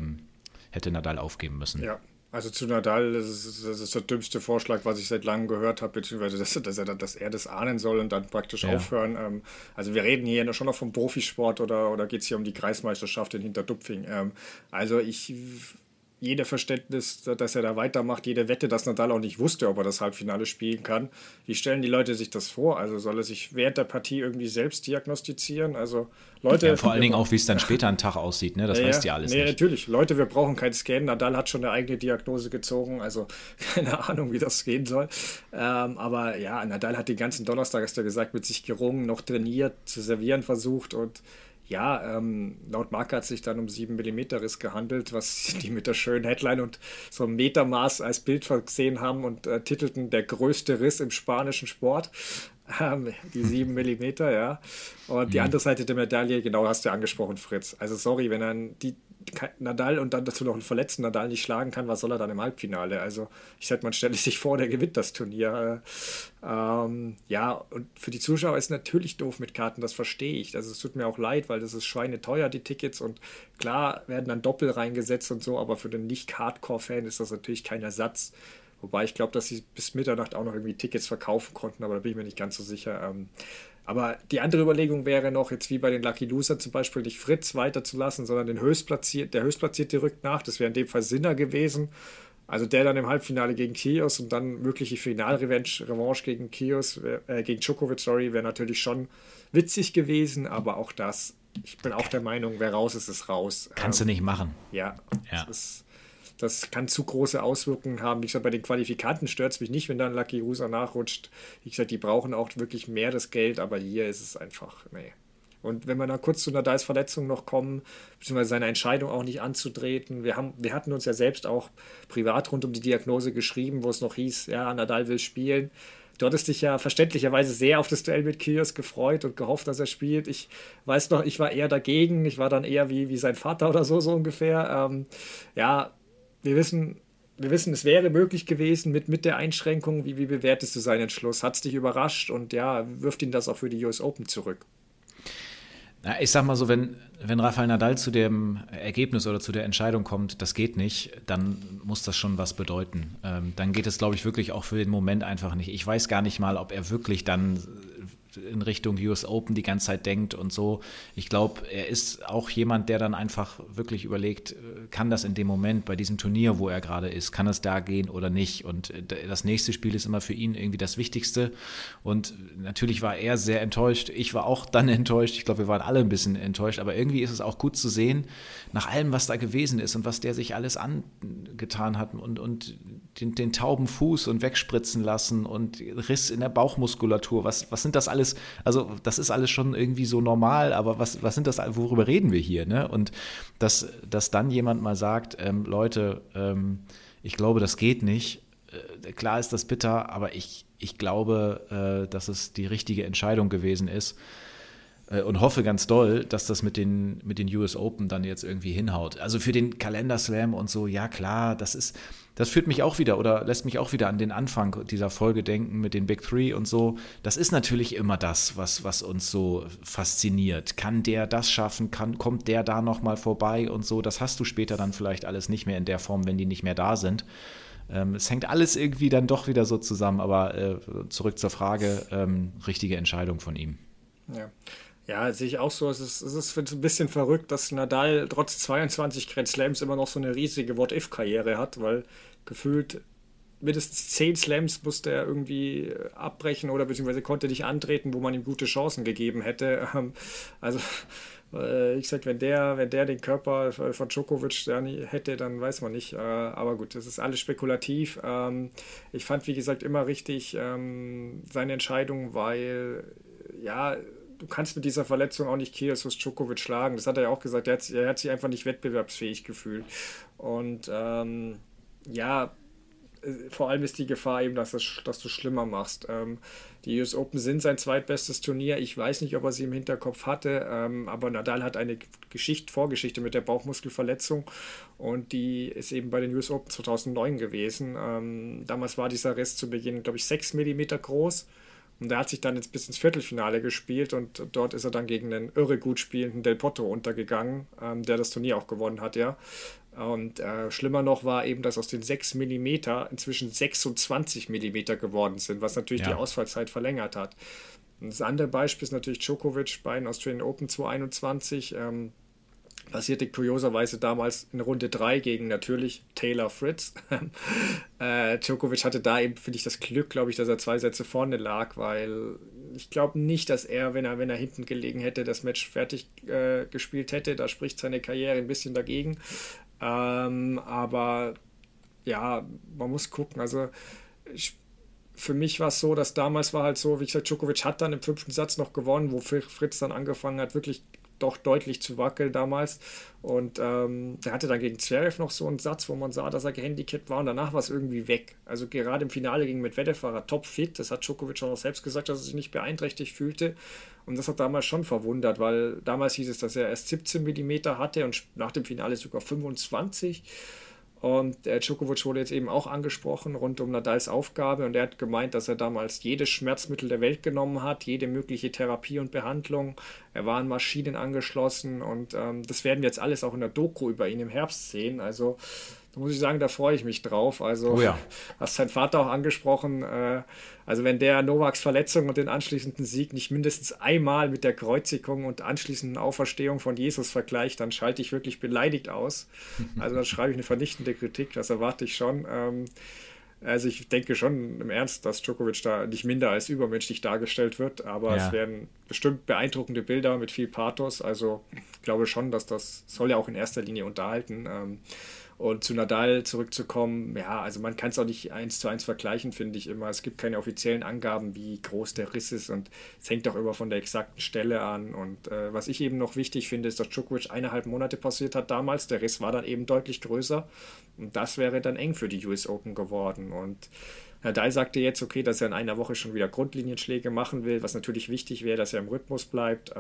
aufgeben müssen. Ja. Also zu Nadal, das ist der dümmste Vorschlag, was ich seit langem gehört habe, beziehungsweise dass er das ahnen soll und dann praktisch aufhören. Also wir reden hier schon noch vom Profisport oder geht es hier um die Kreismeisterschaft in Hinterdupfing. Also jede Verständnis, dass er da weitermacht, jede Wette, dass Nadal auch nicht wusste, ob er das Halbfinale spielen kann. Wie stellen die Leute sich das vor? Also soll er sich während der Partie irgendwie selbst diagnostizieren? Also Leute... Ja, vor allen Dingen auch, wie es dann später einen Tag aussieht, ne? Das weißt du ja alles nicht. Natürlich. Leute, wir brauchen keinen Scan. Nadal hat schon eine eigene Diagnose gezogen, also keine Ahnung, wie das gehen soll. Aber ja, Nadal hat den ganzen Donnerstag, hast du ja gesagt, mit sich gerungen, noch trainiert, zu servieren versucht und ja, laut Marca hat es sich dann um 7 Millimeter Riss gehandelt, was die mit der schönen Headline und so einem Metermaß als Bild versehen haben und titelten der größte Riss im spanischen Sport. Die 7 Millimeter, ja. Und die andere Seite der Medaille, genau hast du angesprochen, Fritz. Also sorry, wenn er Nadal und dann dazu noch einen verletzten Nadal nicht schlagen kann, was soll er dann im Halbfinale? Also ich sag, man stellt sich vor, der gewinnt das Turnier. Ja, und für die Zuschauer ist natürlich doof mit Karten, das verstehe ich. Also es tut mir auch leid, weil das ist schweineteuer, die Tickets, und klar werden dann Doppel reingesetzt und so, aber für den Nicht-Hardcore-Fan ist das natürlich kein Ersatz. Wobei ich glaube, dass sie bis Mitternacht auch noch irgendwie Tickets verkaufen konnten, aber da bin ich mir nicht ganz so sicher. Aber die andere Überlegung wäre noch, jetzt wie bei den Lucky Loser zum Beispiel, nicht Fritz weiterzulassen, sondern der Höchstplatzierte rückt nach. Das wäre in dem Fall Sinner gewesen. Also der dann im Halbfinale gegen Kyrgios und dann mögliche Finalrevanche gegen gegen Djokovic, wäre natürlich schon witzig gewesen, aber auch das, ich bin auch der Meinung, wer raus ist, ist raus. Kannst du nicht machen. Ja. Das kann zu große Auswirkungen haben. Wie gesagt, bei den Qualifikanten stört es mich nicht, wenn dann Lucky Loser nachrutscht. Wie gesagt, die brauchen auch wirklich mehr das Geld, aber hier ist es einfach, nee. Und wenn wir dann kurz zu Nadals Verletzung noch kommen, beziehungsweise seine Entscheidung auch nicht anzutreten, wir hatten uns ja selbst auch privat rund um die Diagnose geschrieben, wo es noch hieß, ja, Nadal will spielen. Du hattest dich ja verständlicherweise sehr auf das Duell mit Kyrgios gefreut und gehofft, dass er spielt. Ich weiß noch, ich war eher dagegen. Ich war dann eher wie sein Vater oder so ungefähr. Ja, wir wissen, es wäre möglich gewesen mit der Einschränkung. Wie bewertest du seinen Entschluss? Hat es dich überrascht und ja, wirft ihn das auch für die US Open zurück? Na, ich sag mal so, wenn Rafael Nadal zu dem Ergebnis oder zu der Entscheidung kommt, das geht nicht, dann muss das schon was bedeuten. Dann geht es, glaube ich, wirklich auch für den Moment einfach nicht. Ich weiß gar nicht mal, ob er wirklich dann in Richtung US Open die ganze Zeit denkt und so. Ich glaube, er ist auch jemand, der dann einfach wirklich überlegt, kann das in dem Moment bei diesem Turnier, wo er gerade ist, kann es da gehen oder nicht? Und das nächste Spiel ist immer für ihn irgendwie das Wichtigste. Und natürlich war er sehr enttäuscht. Ich war auch dann enttäuscht. Ich glaube, wir waren alle ein bisschen enttäuscht. Aber irgendwie ist es auch gut zu sehen, nach allem, was da gewesen ist und was der sich alles angetan hat und den tauben Fuß und wegspritzen lassen und Riss in der Bauchmuskulatur. Was sind das alles? Also das ist alles schon irgendwie so normal, aber was sind das, worüber reden wir hier? Ne? Und dass dann jemand mal sagt, Leute, ich glaube, das geht nicht. Klar ist das bitter, aber ich glaube, dass es die richtige Entscheidung gewesen ist. Und hoffe ganz doll, dass das mit den US Open dann jetzt irgendwie hinhaut. Also für den Kalenderslam und so, ja klar, das führt mich auch wieder oder lässt mich auch wieder an den Anfang dieser Folge denken mit den Big Three und so. Das ist natürlich immer das, was uns so fasziniert. Kann der das schaffen? Kommt der da nochmal vorbei und so? Das hast du später dann vielleicht alles nicht mehr in der Form, wenn die nicht mehr da sind. Es hängt alles irgendwie dann doch wieder so zusammen, aber zurück zur Frage, richtige Entscheidung von ihm. Ja, sehe ich auch so. Es ist ein bisschen verrückt, dass Nadal trotz 22 Grand Slams immer noch so eine riesige What-If-Karriere hat, weil gefühlt mindestens 10 Slams musste er irgendwie abbrechen oder beziehungsweise konnte nicht antreten, wo man ihm gute Chancen gegeben hätte. Also ich sag, wenn der den Körper von Djokovic hätte, dann weiß man nicht. Aber gut, das ist alles spekulativ. Ich fand, wie gesagt, immer richtig seine Entscheidung, weil ja, du kannst mit dieser Verletzung auch nicht Kyrgios Djokovic schlagen. Das hat er ja auch gesagt. Er hat sich einfach nicht wettbewerbsfähig gefühlt. Und ja, vor allem ist die Gefahr eben, dass du es schlimmer machst. Die US Open sind sein zweitbestes Turnier. Ich weiß nicht, ob er sie im Hinterkopf hatte, aber Nadal hat eine Vorgeschichte mit der Bauchmuskelverletzung und die ist eben bei den US Open 2009 gewesen. Damals war dieser Riss zu Beginn, glaube ich, 6 Millimeter groß. Und er hat sich dann jetzt bis ins Viertelfinale gespielt und dort ist er dann gegen einen irre gut spielenden Del Potro untergegangen, der das Turnier auch gewonnen hat, ja. Und schlimmer noch war eben, dass aus den 6 Millimeter inzwischen 26 Millimeter geworden sind, was natürlich die Ausfallzeit verlängert hat. Und das andere Beispiel ist natürlich Djokovic bei den Australian Open 2021. Passierte kurioserweise damals in Runde 3 gegen natürlich Taylor Fritz. Djokovic hatte da eben, finde ich, das Glück, glaube ich, dass er 2 Sätze vorne lag, weil ich glaube nicht, dass er, wenn er hinten gelegen hätte, das Match fertig gespielt hätte. Da spricht seine Karriere ein bisschen dagegen. Aber ja, man muss gucken. Also für mich war es so, dass damals war halt so, wie gesagt, Djokovic hat dann im 5. Satz noch gewonnen, wo Fritz dann angefangen hat, wirklich doch deutlich zu wackeln damals. Und der hatte dann gegen Zverev noch so einen Satz, wo man sah, dass er gehandicapt war, und danach war es irgendwie weg. Also gerade im Finale gegen Medvedev war er topfit. Das hat Djokovic schon auch selbst gesagt, dass er sich nicht beeinträchtigt fühlte. Und das hat damals schon verwundert, weil damals hieß es, dass er erst 17 Millimeter hatte und nach dem Finale sogar 25. Und Djokovic wurde jetzt eben auch angesprochen rund um Nadals Aufgabe, und er hat gemeint, dass er damals jedes Schmerzmittel der Welt genommen hat, jede mögliche Therapie und Behandlung. Er war an Maschinen angeschlossen, und das werden wir jetzt alles auch in der Doku über ihn im Herbst sehen. Also da muss ich sagen, da freue ich mich drauf. Also Oh ja. hast sein Vater auch angesprochen. Also wenn der Novaks Verletzung und den anschließenden Sieg nicht mindestens einmal mit der Kreuzigung und anschließenden Auferstehung von Jesus vergleicht, dann schalte ich wirklich beleidigt aus. Also dann schreibe ich eine vernichtende Kritik, das erwarte ich schon. Also ich denke schon im Ernst, dass Djokovic da nicht minder als übermenschlich dargestellt wird, aber Ja. es werden bestimmt beeindruckende Bilder mit viel Pathos. Also ich glaube schon, dass das soll ja auch in erster Linie unterhalten. Und zu Nadal zurückzukommen, ja, also man kann es auch nicht 1:1 vergleichen, finde ich immer. Es gibt keine offiziellen Angaben, wie groß der Riss ist, und es hängt auch immer von der exakten Stelle an. Und was ich eben noch wichtig finde, ist, dass Djokovic 1,5 Monate pausiert hat damals. Der Riss war dann eben deutlich größer, und das wäre dann eng für die US Open geworden. Und Nadal sagte jetzt, okay, dass er in einer Woche schon wieder Grundlinienschläge machen will, was natürlich wichtig wäre, dass er im Rhythmus bleibt.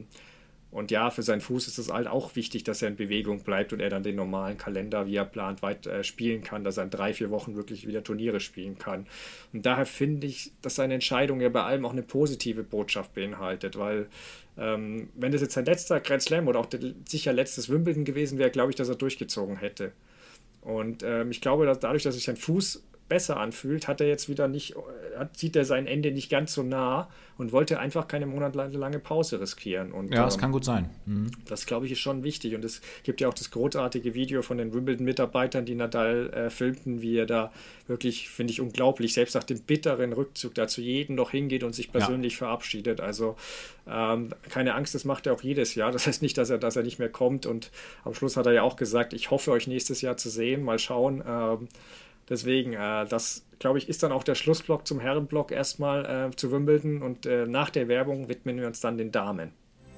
Und ja, für seinen Fuß ist es halt auch wichtig, dass er in Bewegung bleibt und er dann den normalen Kalender, wie er plant, weit spielen kann, dass er in 3-4 Wochen wirklich wieder Turniere spielen kann. Und daher finde ich, dass seine Entscheidung ja bei allem auch eine positive Botschaft beinhaltet, weil wenn das jetzt sein letzter Grand Slam oder auch sicher letztes Wimbledon gewesen wäre, glaube ich, dass er durchgezogen hätte. Und ich glaube, dass dadurch, dass sich sein Fuß besser anfühlt, hat er jetzt wieder nicht, sieht er sein Ende nicht ganz so nah und wollte einfach keine monatelange Pause riskieren. Und, Ja, das kann gut sein. das, glaube ich, ist schon wichtig. Und es gibt ja auch das großartige Video von den Wimbledon-Mitarbeitern, die Nadal filmten, wie er da wirklich, finde ich, unglaublich, selbst nach dem bitteren Rückzug da zu jedem noch hingeht und sich persönlich verabschiedet. Also keine Angst, das macht er auch jedes Jahr. Das heißt nicht, dass er nicht mehr kommt. Und am Schluss hat er ja auch gesagt, ich hoffe, euch nächstes Jahr zu sehen. Mal schauen. Deswegen, das, glaube ich, ist dann auch der Schlussblock zum Herrenblock erstmal zu Wimbledon, und nach der Werbung widmen wir uns dann den Damen.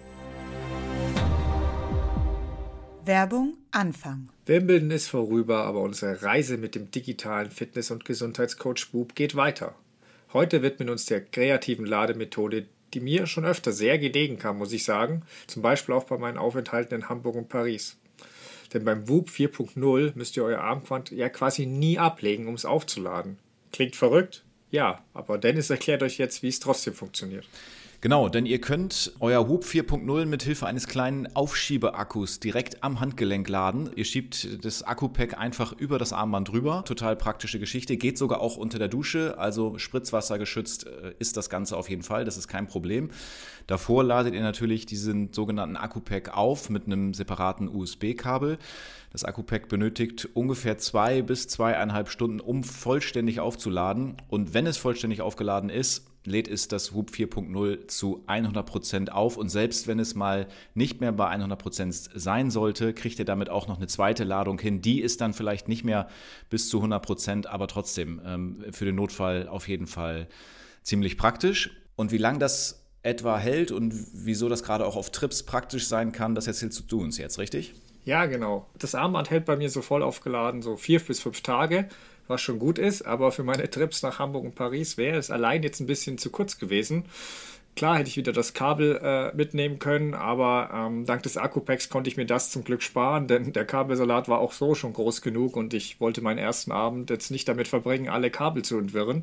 Werbung Anfang. Wimbledon ist vorüber, aber unsere Reise mit dem digitalen Fitness- und Gesundheitscoach Bub geht weiter. Heute widmen wir uns der kreativen Lademethode, die mir schon öfter sehr gelegen kam, muss ich sagen, zum Beispiel auch bei meinen Aufenthalten in Hamburg und Paris. Denn beim Whoop 4.0 müsst ihr euer Armband ja quasi nie ablegen, um es aufzuladen. Klingt verrückt? Ja, aber Dennis erklärt euch jetzt, wie es trotzdem funktioniert. Genau, denn ihr könnt euer Whoop 4.0 mit Hilfe eines kleinen Aufschiebeakkus direkt am Handgelenk laden. Ihr schiebt das Akku-Pack einfach über das Armband drüber. Total praktische Geschichte. Geht sogar auch unter der Dusche, also Spritzwasser geschützt ist das Ganze auf jeden Fall. Das ist kein Problem. Davor ladet ihr natürlich diesen sogenannten Akku-Pack auf mit einem separaten USB-Kabel. Das Akku-Pack benötigt ungefähr 2 bis 2,5 Stunden, um vollständig aufzuladen. Und wenn es vollständig aufgeladen ist, lädt es das Whoop 4.0 zu 100% auf, und selbst wenn es mal nicht mehr bei 100% sein sollte, kriegt ihr damit auch noch eine zweite Ladung hin. Die ist dann vielleicht nicht mehr bis zu 100%, aber trotzdem für den Notfall auf jeden Fall ziemlich praktisch. Und wie lange das etwa hält und wieso das gerade auch auf Trips praktisch sein kann, das erzählst du uns jetzt, richtig? Ja, genau. Das Armband hält bei mir so voll aufgeladen, so 4 bis 5 Tage, was schon gut ist, aber für meine Trips nach Hamburg und Paris wäre es allein jetzt ein bisschen zu kurz gewesen. Klar hätte ich wieder das Kabel mitnehmen können, aber dank des Akkupacks konnte ich mir das zum Glück sparen, denn der Kabelsalat war auch so schon groß genug, und ich wollte meinen ersten Abend jetzt nicht damit verbringen, alle Kabel zu entwirren.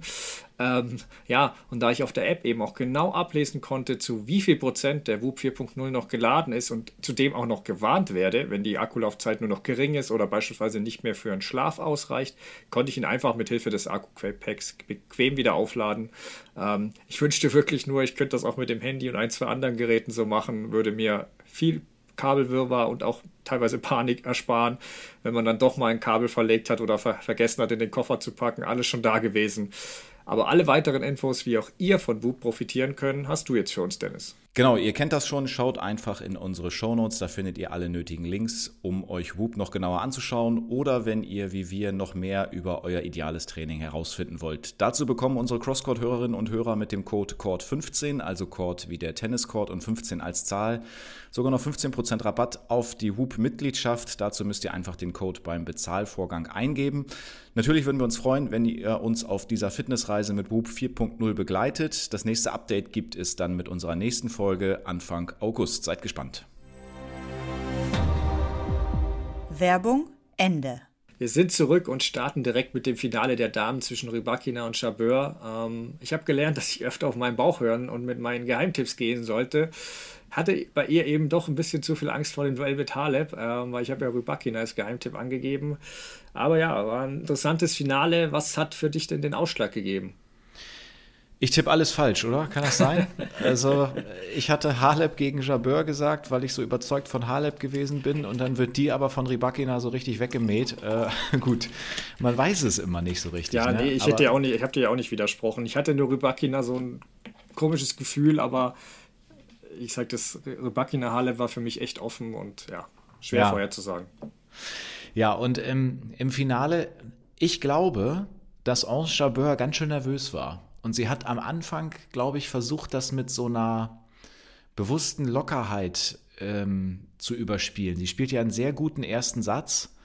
Ja, und da ich auf der App eben auch genau ablesen konnte, zu wie viel Prozent der Whoop 4.0 noch geladen ist und zudem auch noch gewarnt werde, wenn die Akkulaufzeit nur noch gering ist oder beispielsweise nicht mehr für einen Schlaf ausreicht, konnte ich ihn einfach mit Hilfe des Akkupacks bequem wieder aufladen. Ich wünschte wirklich nur, ich könnte das auch mit dem Handy und 1, 2 anderen Geräten so machen, würde mir viel Kabelwirrwarr und auch teilweise Panik ersparen, wenn man dann doch mal ein Kabel verlegt hat oder vergessen hat, in den Koffer zu packen. Alles schon da gewesen. Aber alle weiteren Infos, wie auch ihr von Whoop profitieren könnt, hast du jetzt für uns, Dennis. Genau, ihr kennt das schon. Schaut einfach in unsere Shownotes, da findet ihr alle nötigen Links, um euch Whoop noch genauer anzuschauen oder wenn ihr wie wir noch mehr über euer ideales Training herausfinden wollt. Dazu bekommen unsere Crosscourt-Hörerinnen und Hörer mit dem Code CORD15, also Court wie der Tenniscourt und 15 als Zahl, sogar noch 15% Rabatt auf die Whoop-Mitgliedschaft. Dazu müsst ihr einfach den Code beim Bezahlvorgang eingeben. Natürlich würden wir uns freuen, wenn ihr uns auf dieser Fitnessreise mit Whoop 4.0 begleitet. Das nächste Update gibt es dann mit unserer nächsten Folge Anfang August. Seid gespannt. Werbung Ende. Wir sind zurück und starten direkt mit dem Finale der Damen zwischen Rybakina und Jabeur. Ich habe gelernt, dass ich öfter auf meinen Bauch hören und mit meinen Geheimtipps gehen sollte. Hatte bei ihr eben doch ein bisschen zu viel Angst vor den Velvet Halep, weil ich habe ja Rybakina als Geheimtipp angegeben. Aber ja, war ein interessantes Finale. Was hat für dich denn den Ausschlag gegeben? Ich tippe alles falsch, oder? Kann das sein? Also ich hatte Halep gegen Jabeur gesagt, weil ich so überzeugt von Halep gewesen bin und dann wird die aber von Rybakina so richtig weggemäht. Gut, man weiß es immer nicht so richtig. Ja, ne? nee, ich habe dir ja auch nicht widersprochen. Ich hatte nur Rybakina so ein komisches Gefühl, aber ich sage, das Rybakina Halep war für mich echt offen und ja, schwer vorherzusagen. Ja, und im Finale, ich glaube, dass Ons Jabeur ganz schön nervös war. Und sie hat am Anfang, glaube ich, versucht, das mit so einer bewussten Lockerheit zu überspielen. Sie spielt ja einen sehr guten ersten Satz,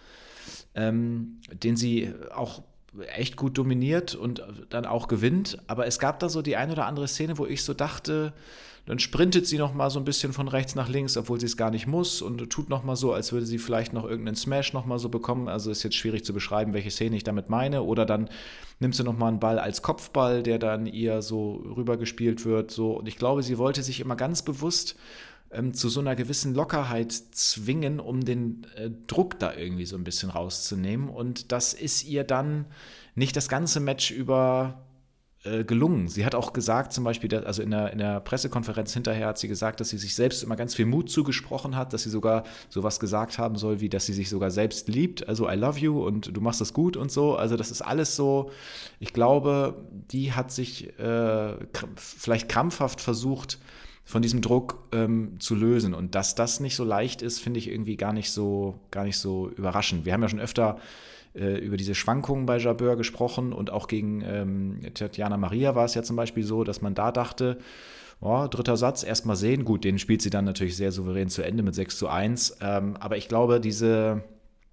den sie auch echt gut dominiert und dann auch gewinnt. Aber es gab da so die ein oder andere Szene, wo ich so dachte, dann sprintet sie noch mal so ein bisschen von rechts nach links, obwohl sie es gar nicht muss und tut noch mal so, als würde sie vielleicht noch irgendeinen Smash noch mal so bekommen. Also ist jetzt schwierig zu beschreiben, welche Szene ich damit meine. Oder dann nimmt sie noch mal einen Ball als Kopfball, der dann ihr so rübergespielt wird. So. Und ich glaube, sie wollte sich immer ganz bewusst zu so einer gewissen Lockerheit zwingen, um den Druck da irgendwie so ein bisschen rauszunehmen. Und das ist ihr dann nicht das ganze Match über gelungen. Sie hat auch gesagt, zum Beispiel, also in der Pressekonferenz hinterher hat sie gesagt, dass sie sich selbst immer ganz viel Mut zugesprochen hat, dass sie sogar sowas gesagt haben soll, wie dass sie sich sogar selbst liebt, also I love you und du machst das gut und so. Also das ist alles so, ich glaube, die hat sich vielleicht krampfhaft versucht, von diesem Druck zu lösen. Und dass das nicht so leicht ist, finde ich irgendwie gar nicht so überraschend. Wir haben ja schon öfter über diese Schwankungen bei Jabeur gesprochen und auch gegen Tatjana Maria war es ja zum Beispiel so, dass man da dachte, oh, dritter Satz, erst mal sehen. Gut, den spielt sie dann natürlich sehr souverän zu Ende mit 6:1. Aber ich glaube, diese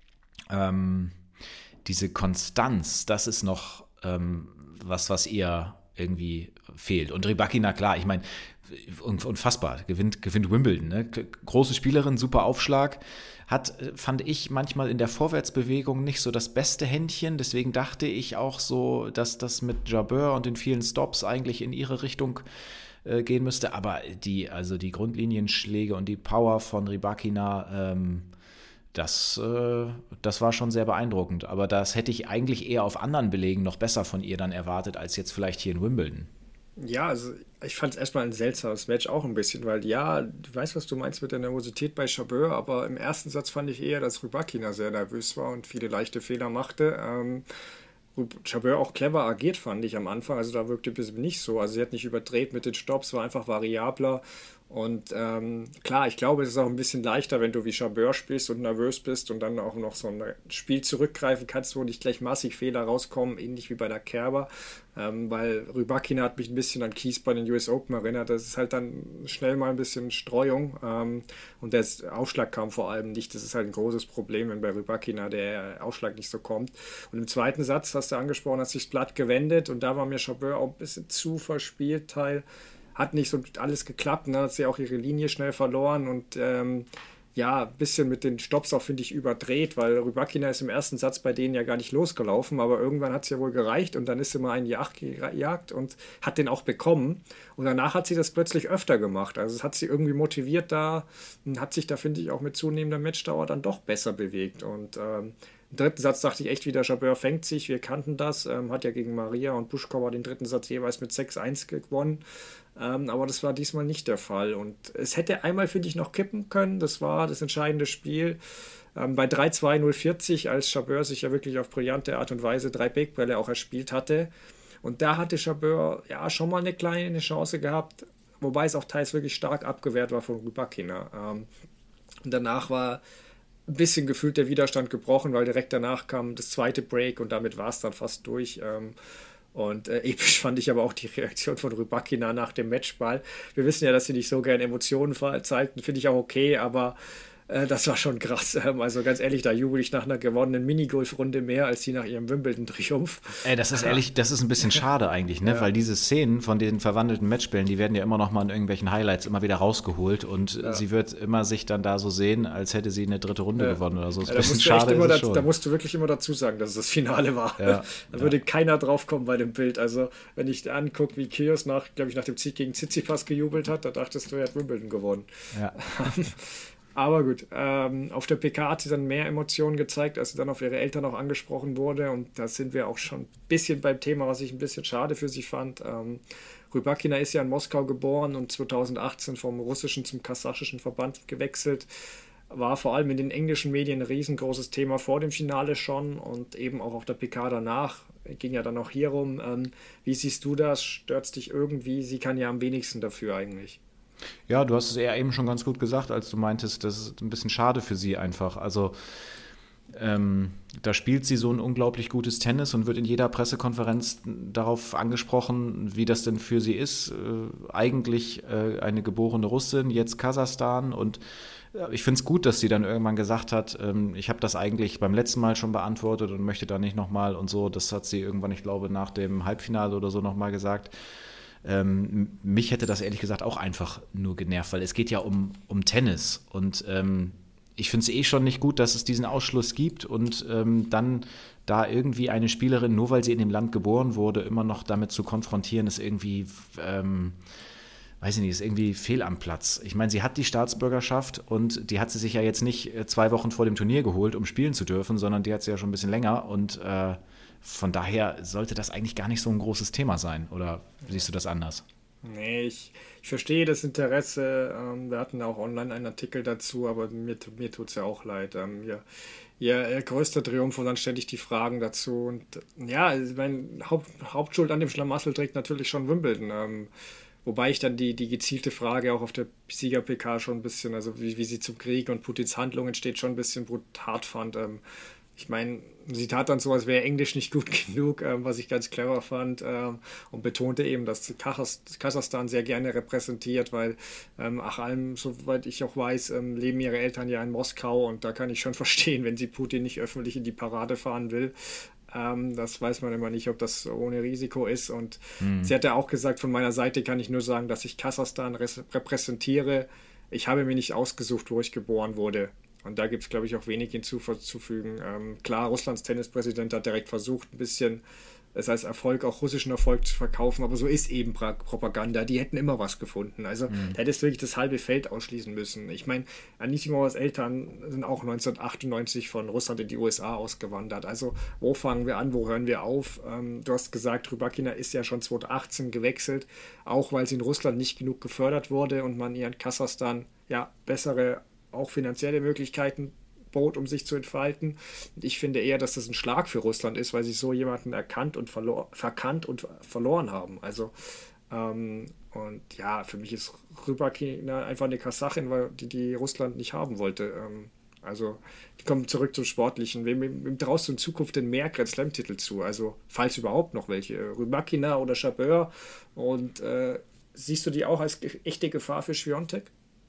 Konstanz, das ist noch was ihr irgendwie fehlt. Und Rybakina, klar, ich meine, unfassbar, gewinnt Wimbledon, ne? Große Spielerin, super Aufschlag, hat, fand ich, manchmal in der Vorwärtsbewegung nicht so das beste Händchen, deswegen dachte ich auch so, dass das mit Jabeur und den vielen Stops eigentlich in ihre Richtung gehen müsste, aber die Grundlinienschläge und die Power von Rybakina, das war schon sehr beeindruckend, aber das hätte ich eigentlich eher auf anderen Belegen noch besser von ihr dann erwartet, als jetzt vielleicht hier in Wimbledon. Ja, also ich fand es erstmal ein seltsames Match auch ein bisschen, weil ja, du weißt, was du meinst mit der Nervosität bei Jabeur, aber im ersten Satz fand ich eher, dass Rybakina sehr nervös war und viele leichte Fehler machte. Jabeur auch clever agiert, fand ich am Anfang, also da wirkte es nicht so, also sie hat nicht überdreht mit den Stops, war einfach variabler. Und klar, ich glaube, es ist auch ein bisschen leichter, wenn du wie Jabeur spielst und nervös bist und dann auch noch so ein Spiel zurückgreifen kannst, wo nicht gleich massig Fehler rauskommen, ähnlich wie bei der Kerber, weil Rybakina hat mich ein bisschen an Keys bei den US Open erinnert. Das ist halt dann schnell mal ein bisschen Streuung und der Aufschlag kam vor allem nicht. Das ist halt ein großes Problem, wenn bei Rybakina der Aufschlag nicht so kommt. Und im zweiten Satz, hast du angesprochen, hat sich das Blatt gewendet und da war mir Jabeur auch ein bisschen zu verspielt, hat nicht so alles geklappt, ne? Hat sie auch ihre Linie schnell verloren und ja, ein bisschen mit den Stops auch, finde ich, überdreht, weil Rybakina ist im ersten Satz bei denen ja gar nicht losgelaufen, aber irgendwann hat es ja wohl gereicht und dann ist sie mal einen gejagt und hat den auch bekommen und danach hat sie das plötzlich öfter gemacht, also es hat sie irgendwie motiviert da und hat sich da, finde ich, auch mit zunehmender Matchdauer dann doch besser bewegt und Im dritten Satz dachte ich echt wieder, Jabeur fängt sich, wir kannten das, hat ja gegen Maria und Buschkauer den dritten Satz jeweils mit 6-1 gewonnen. Aber das war diesmal nicht der Fall. Und es hätte einmal, finde ich, noch kippen können. Das war das entscheidende Spiel. Bei 3-2 0:40, als Jabeur sich ja wirklich auf brillante Art und Weise 3 Breakbälle auch erspielt hatte. Und da hatte Jabeur ja schon mal eine kleine Chance gehabt, wobei es auch teils wirklich stark abgewehrt war von Rybakina. Und danach war ein bisschen gefühlt der Widerstand gebrochen, weil direkt danach kam das zweite Break und damit war es dann fast durch. Und episch fand ich aber auch die Reaktion von Rybakina nach dem Matchball. Wir wissen ja, dass sie nicht so gerne Emotionen zeigt, finde ich auch okay, aber das war schon krass. Also ganz ehrlich, da jubel ich nach einer gewonnenen Minigolf-Runde mehr als sie nach ihrem Wimbledon-Triumph. Das ist ehrlich, das ist ein bisschen schade eigentlich, ne? Ja. Weil diese Szenen von den verwandelten Matchbällen, die werden ja immer noch mal in irgendwelchen Highlights immer wieder rausgeholt und sie wird immer sich dann da so sehen, als hätte sie eine dritte Runde gewonnen oder so. Das ist ein bisschen schade. Da musst du wirklich immer dazu sagen, dass es das Finale war. Ja. Da würde keiner drauf kommen bei dem Bild. Also wenn ich angucke, wie Kyrgios nach dem Sieg gegen Tsitsipas gejubelt hat, da dachtest du, er hat Wimbledon gewonnen. Ja. Aber gut, auf der PK hat sie dann mehr Emotionen gezeigt, als sie dann auf ihre Eltern auch angesprochen wurde. Und da sind wir auch schon ein bisschen beim Thema, was ich ein bisschen schade für sie fand. Rybakina ist ja in Moskau geboren und 2018 vom russischen zum kasachischen Verband gewechselt. War vor allem in den englischen Medien ein riesengroßes Thema vor dem Finale schon und eben auch auf der PK danach. Ging ja dann auch hier rum. Wie siehst du das? Stört es dich irgendwie? Sie kann ja am wenigsten dafür eigentlich. Ja, du hast es eher eben schon ganz gut gesagt, als du meintest, das ist ein bisschen schade für sie einfach. Also da spielt sie so ein unglaublich gutes Tennis und wird in jeder Pressekonferenz darauf angesprochen, wie das denn für sie ist. Eigentlich eine geborene Russin, jetzt Kasachstan. Und ich finde es gut, dass sie dann irgendwann gesagt hat, ich habe das eigentlich beim letzten Mal schon beantwortet und möchte da nicht nochmal und so. Das hat sie irgendwann, ich glaube, nach dem Halbfinale oder so nochmal gesagt. Mich hätte das ehrlich gesagt auch einfach nur genervt, weil es geht ja um Tennis und ich finde es schon nicht gut, dass es diesen Ausschluss gibt und dann da irgendwie eine Spielerin, nur weil sie in dem Land geboren wurde, immer noch damit zu konfrontieren, ist irgendwie, weiß ich nicht, ist irgendwie fehl am Platz. Ich meine, sie hat die Staatsbürgerschaft und die hat sie sich ja jetzt nicht 2 Wochen vor dem Turnier geholt, um spielen zu dürfen, sondern die hat sie ja schon ein bisschen länger und von daher sollte das eigentlich gar nicht so ein großes Thema sein. Oder siehst du das anders? Nee, ich verstehe das Interesse. Wir hatten auch online einen Artikel dazu, aber mir tut es ja auch leid. Ihr größter Triumph und dann stelle ich die Fragen dazu. Und ja, meine Hauptschuld an dem Schlamassel trägt natürlich schon Wimbledon. Wobei ich dann die gezielte Frage auch auf der Sieger-PK schon ein bisschen, also wie sie zum Krieg und Putins Handlungen steht, schon ein bisschen hart fand. Ich meine, sie tat dann so, als wäre Englisch nicht gut genug, was ich ganz clever fand und betonte eben, dass Kasachstan sehr gerne repräsentiert, weil soweit ich auch weiß, leben ihre Eltern ja in Moskau und da kann ich schon verstehen, wenn sie Putin nicht öffentlich in die Parade fahren will. Das weiß man immer nicht, ob das ohne Risiko ist und sie hat ja auch gesagt, von meiner Seite kann ich nur sagen, dass ich Kasachstan repräsentiere. Ich habe mir nicht ausgesucht, wo ich geboren wurde. Und da gibt es, glaube ich, auch wenig hinzuzufügen. Klar, Russlands Tennispräsident hat direkt versucht, ein bisschen es als Erfolg, auch russischen Erfolg zu verkaufen, aber so ist eben Propaganda. Die hätten immer was gefunden. Also da hättest du wirklich das halbe Feld ausschließen müssen. Ich meine, Anisimovas Eltern sind auch 1998 von Russland in die USA ausgewandert. Also wo fangen wir an, wo hören wir auf? Du hast gesagt, Rybakina ist ja schon 2018 gewechselt, auch weil sie in Russland nicht genug gefördert wurde und man ihr in Kasachstan ja bessere auch finanzielle Möglichkeiten bot, um sich zu entfalten. Und ich finde eher, dass das ein Schlag für Russland ist, weil sie so jemanden verkannt und verloren haben. Also und ja, für mich ist Rybakina einfach eine Kasachin, weil die Russland nicht haben wollte. Also die kommen zurück zum Sportlichen. Wem traust du in Zukunft denn mehr Grand Slam-Titel zu? Also falls überhaupt noch welche. Rybakina oder Jabeur. Und siehst du die auch als echte Gefahr für Świątek?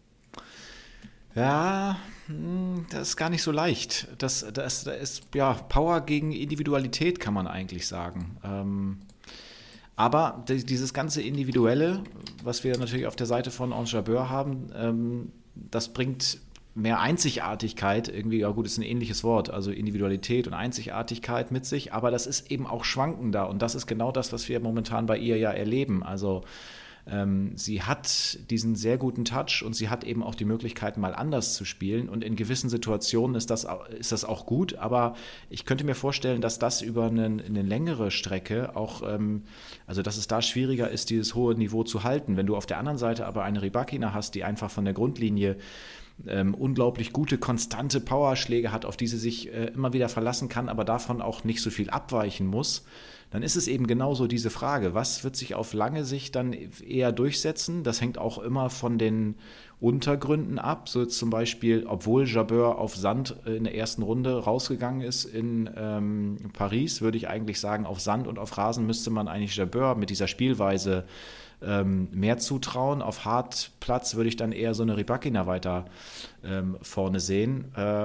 Ja, das ist gar nicht so leicht. Das ist ja Power gegen Individualität, kann man eigentlich sagen. Aber dieses ganze Individuelle, was wir natürlich auf der Seite von Ons Jabeur haben, das bringt mehr Einzigartigkeit, irgendwie, ja gut, ist ein ähnliches Wort, also Individualität und Einzigartigkeit mit sich, aber das ist eben auch schwankender und das ist genau das, was wir momentan bei ihr ja erleben. Also Sie hat diesen sehr guten Touch und sie hat eben auch die Möglichkeit, mal anders zu spielen. Und in gewissen Situationen ist das auch gut. Aber ich könnte mir vorstellen, dass das über eine längere Strecke auch, also dass es da schwieriger ist, dieses hohe Niveau zu halten. Wenn du auf der anderen Seite aber eine Rybakina hast, die einfach von der Grundlinie unglaublich gute, konstante Powerschläge hat, auf die sie sich immer wieder verlassen kann, aber davon auch nicht so viel abweichen muss, dann ist es eben genauso diese Frage, was wird sich auf lange Sicht dann eher durchsetzen? Das hängt auch immer von den Untergründen ab. So zum Beispiel, obwohl Jabeur auf Sand in der ersten Runde rausgegangen ist in Paris, würde ich eigentlich sagen, auf Sand und auf Rasen müsste man eigentlich Jabeur mit dieser Spielweise mehr zutrauen. Auf Hartplatz würde ich dann eher so eine Rybakina weiter vorne sehen.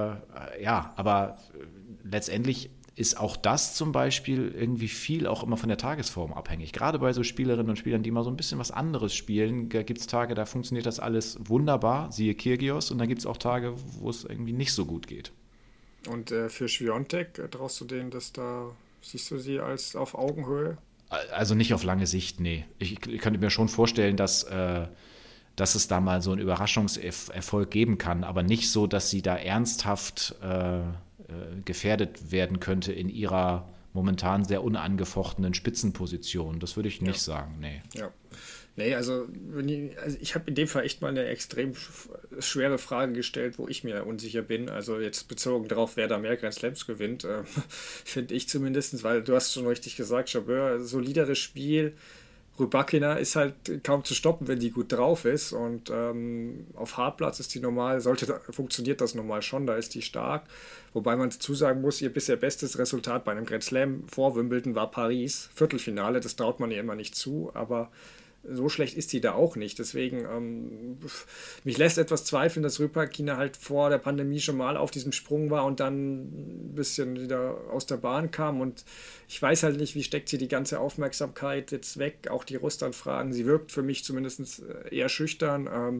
Aber letztendlich ist auch das zum Beispiel irgendwie viel auch immer von der Tagesform abhängig. Gerade bei so Spielerinnen und Spielern, die mal so ein bisschen was anderes spielen, da gibt es Tage, da funktioniert das alles wunderbar, siehe Kyrgios, und dann gibt es auch Tage, wo es irgendwie nicht so gut geht. Und für Świątek traust du denen das da, siehst du sie als auf Augenhöhe? Also nicht auf lange Sicht, nee. Ich könnte mir schon vorstellen, dass es da mal so einen Überraschungserfolg geben kann, aber nicht so, dass sie da ernsthaft gefährdet werden könnte in ihrer momentan sehr unangefochtenen Spitzenposition. Das würde ich nicht sagen, nee. Ja. Nee, also ich habe in dem Fall echt mal eine extrem schwere Frage gestellt, wo ich mir unsicher bin. Also jetzt bezogen darauf, wer da mehr Grand Slams gewinnt, finde ich zumindest, weil du hast schon richtig gesagt, Jabeur, solideres Spiel. Rybakina ist halt kaum zu stoppen, wenn die gut drauf ist, und auf Hartplatz ist die normal, funktioniert das normal schon, da ist die stark. Wobei man dazu sagen muss, ihr bisher bestes Resultat bei einem Grand Slam vor Wimbledon war Paris, Viertelfinale, das traut man ihr immer nicht zu, aber so schlecht ist sie da auch nicht. Deswegen, mich lässt etwas zweifeln, dass Rybakina halt vor der Pandemie schon mal auf diesem Sprung war und dann ein bisschen wieder aus der Bahn kam. Und ich weiß halt nicht, wie steckt sie die ganze Aufmerksamkeit jetzt weg, auch die Russland-Fragen. Sie wirkt für mich zumindest eher schüchtern.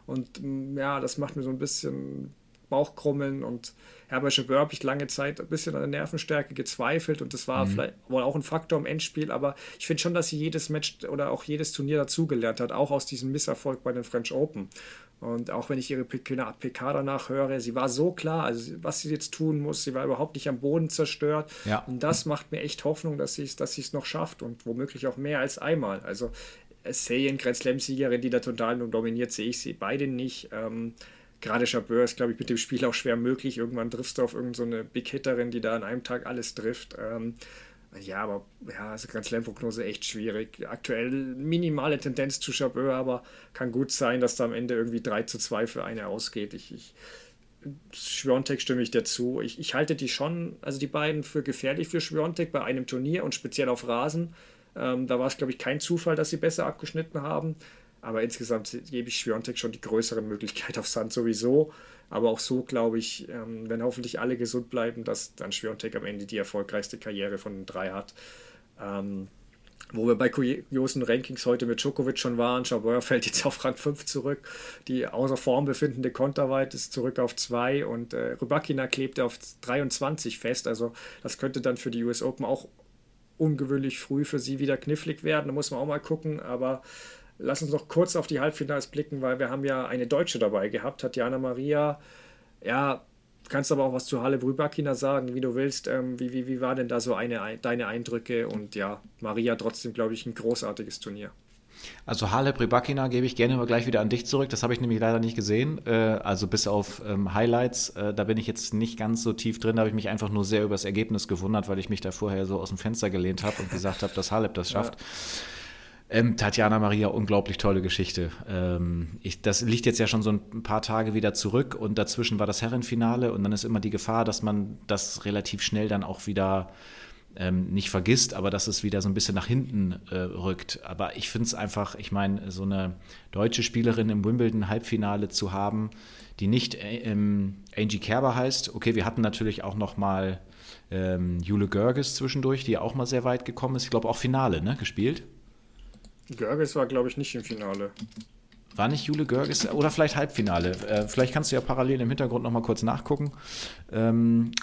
Das macht mir so ein bisschen Bauchkrummeln, und bei Jabeur habe ich lange Zeit ein bisschen an der Nervenstärke gezweifelt, und das war vielleicht wohl auch ein Faktor im Endspiel, aber ich finde schon, dass sie jedes Match oder auch jedes Turnier dazugelernt hat, auch aus diesem Misserfolg bei den French Open. Und auch wenn ich ihre PK danach höre, sie war so klar, also was sie jetzt tun muss, sie war überhaupt nicht am Boden zerstört. Ja. Und das macht mir echt Hoffnung, dass sie es noch schafft, und womöglich auch mehr als einmal. Also Grand Slam-Siegerin, die da total dominiert, sehe ich sie beide nicht. Gerade Jabeur ist, glaube ich, mit dem Spiel auch schwer möglich. Irgendwann triffst du auf irgendeine Big-Hitterin, die da an einem Tag alles trifft. Also Grand Slam-Prognose echt schwierig. Aktuell minimale Tendenz zu Jabeur, aber kann gut sein, dass da am Ende irgendwie 3:2 für eine ausgeht. Świątek stimme ich dazu. Ich halte die schon, also die beiden, für gefährlich für Świątek bei einem Turnier und speziell auf Rasen. Da war es, glaube ich, kein Zufall, dass sie besser abgeschnitten haben. Aber insgesamt gebe ich Świątek schon die größeren Möglichkeiten auf Sand sowieso. Aber auch so glaube ich, wenn hoffentlich alle gesund bleiben, dass dann Świątek am Ende die erfolgreichste Karriere von den drei hat. Wo wir bei kuriosen Rankings heute mit Djokovic schon waren, Jabeur fällt jetzt auf Rang 5 zurück. Die außer Form befindende Konterweit ist zurück auf 2 und Rybakina klebt auf 23 fest. Also das könnte dann für die US Open auch ungewöhnlich früh für sie wieder knifflig werden. Da muss man auch mal gucken, aber lass uns noch kurz auf die Halbfinals blicken, weil wir haben ja eine Deutsche dabei gehabt, Tatjana Maria. Ja, kannst aber auch was zu Halep Rybakina sagen, wie du willst. Wie war denn da so deine Eindrücke? Und ja, Maria trotzdem, glaube ich, ein großartiges Turnier. Also Halep Rybakina gebe ich gerne mal gleich wieder an dich zurück. Das habe ich nämlich leider nicht gesehen. Also bis auf Highlights, da bin ich jetzt nicht ganz so tief drin. Da habe ich mich einfach nur sehr über das Ergebnis gewundert, weil ich mich da vorher so aus dem Fenster gelehnt habe und gesagt habe, dass Halep das schafft. Ja. Tatjana Maria, unglaublich tolle Geschichte. Das liegt jetzt ja schon so ein paar Tage wieder zurück und dazwischen war das Herrenfinale und dann ist immer die Gefahr, dass man das relativ schnell dann auch wieder nicht vergisst, aber dass es wieder so ein bisschen nach hinten rückt. Aber ich finde es einfach, ich meine, so eine deutsche Spielerin im Wimbledon-Halbfinale zu haben, die nicht Angie Kerber heißt. Okay, wir hatten natürlich auch noch mal Jule Görges zwischendurch, die ja auch mal sehr weit gekommen ist. Ich glaube auch Finale, ne, gespielt. Görges war, glaube ich, nicht im Finale. War nicht Jule Görges oder vielleicht Halbfinale? Vielleicht kannst du ja parallel im Hintergrund noch mal kurz nachgucken.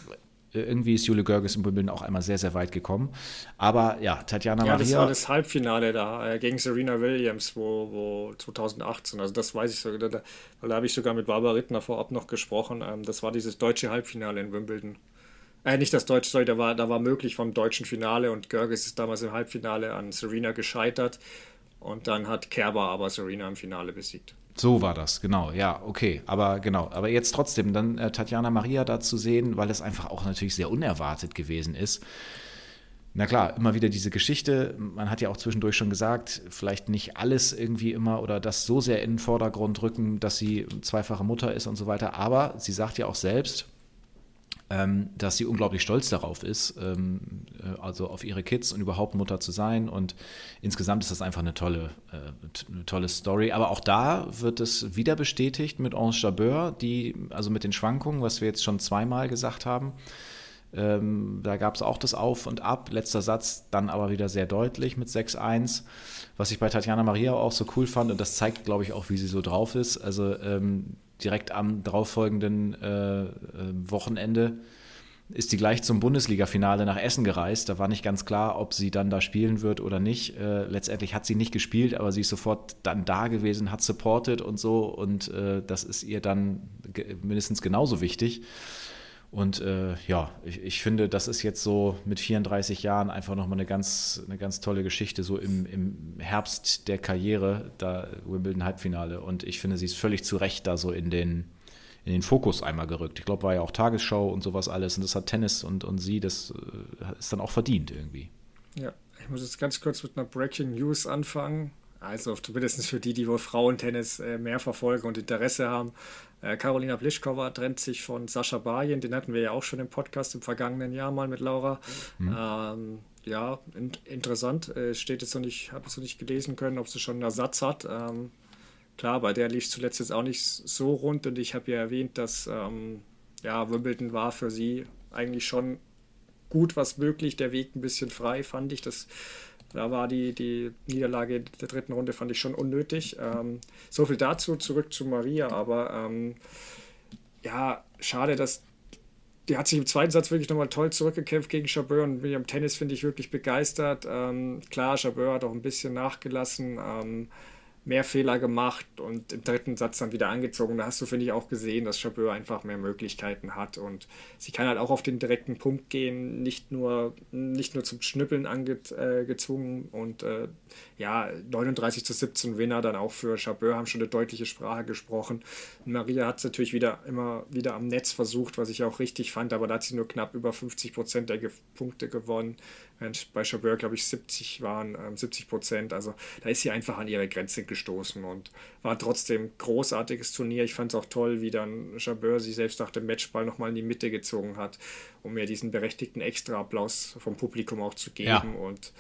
irgendwie ist Jule Görges in Wimbledon auch einmal sehr, sehr weit gekommen. Aber ja, Tatjana Ja, das Maria. war das Halbfinale da gegen Serena Williams, wo 2018, also das weiß ich sogar, weil da habe ich sogar mit Barbara Rittner vorab noch gesprochen. Das war dieses deutsche Halbfinale in Wimbledon. Nicht das deutsche, sorry, da war möglich vom deutschen Finale und Görges ist damals im Halbfinale an Serena gescheitert und dann hat Kerber aber Serena im Finale besiegt. So war das, genau, ja, okay, aber jetzt trotzdem dann Tatjana Maria da zu sehen, weil es einfach auch natürlich sehr unerwartet gewesen ist. Na klar, immer wieder diese Geschichte, man hat ja auch zwischendurch schon gesagt, vielleicht nicht alles irgendwie immer oder das so sehr in den Vordergrund rücken, dass sie zweifache Mutter ist und so weiter, aber sie sagt ja auch selbst, dass sie unglaublich stolz darauf ist, also auf ihre Kids und überhaupt Mutter zu sein. Und insgesamt ist das einfach eine tolle Story. Aber auch da wird es wieder bestätigt mit Ons Jabeur, also mit den Schwankungen, was wir jetzt schon zweimal gesagt haben. Da gab es auch das Auf und Ab. Letzter Satz dann aber wieder sehr deutlich mit 6-1. Was ich bei Tatjana Maria auch so cool fand, und das zeigt, glaube ich, auch, wie sie so drauf ist. Also direkt am darauffolgenden Wochenende ist die gleich zum Bundesliga-Finale nach Essen gereist. Da war nicht ganz klar, ob sie dann da spielen wird oder nicht. Letztendlich hat sie nicht gespielt, aber sie ist sofort dann da gewesen, hat supported und so. Und das ist ihr dann mindestens genauso wichtig. Und ich finde, das ist jetzt so mit 34 Jahren einfach nochmal eine ganz tolle Geschichte, so im Herbst der Karriere, da Wimbledon Halbfinale. Und ich finde, sie ist völlig zu Recht da so in den Fokus einmal gerückt. Ich glaube, war ja auch Tagesschau und sowas alles. Und das hat Tennis und sie, das ist dann auch verdient irgendwie. Ja, ich muss jetzt ganz kurz mit einer Breaking News anfangen. Also zumindest für die wohl Frauentennis mehr verfolgen und Interesse haben. Karolina Pliskova trennt sich von Sascha Bajin, den hatten wir ja auch schon im Podcast im vergangenen Jahr mal mit Laura. Interessant. Steht jetzt noch nicht, habe es noch nicht gelesen können, ob sie schon einen Ersatz hat. Klar, bei der lief es zuletzt jetzt auch nicht so rund und ich habe ja erwähnt, dass Wimbledon war für sie eigentlich schon gut was möglich, der Weg ein bisschen frei, fand ich. Da war die Niederlage der dritten Runde, fand ich schon unnötig. So viel dazu, zurück zu Maria, aber schade, dass die hat sich im zweiten Satz wirklich nochmal toll zurückgekämpft gegen Jabeur und mit ihrem Tennis finde ich wirklich begeistert. Klar, Jabeur hat auch ein bisschen nachgelassen, mehr Fehler gemacht und im dritten Satz dann wieder angezogen. Da hast du, finde ich, auch gesehen, dass Jabeur einfach mehr Möglichkeiten hat und sie kann halt auch auf den direkten Punkt gehen, nicht nur zum Schnüppeln gezwungen und 39-17 Winner dann auch für Jabeur, haben schon eine deutliche Sprache gesprochen. Maria hat es natürlich immer wieder am Netz versucht, was ich auch richtig fand, aber da hat sie nur knapp über 50% der Punkte gewonnen, während bei Jabeur, glaube ich, 70%. Also da ist sie einfach an ihre Grenze gestoßen und war trotzdem großartiges Turnier. Ich fand es auch toll, wie dann Jabeur sie selbst nach dem Matchball nochmal in die Mitte gezogen hat, um mir diesen berechtigten Extra-Applaus vom Publikum auch zu geben. Ja. Und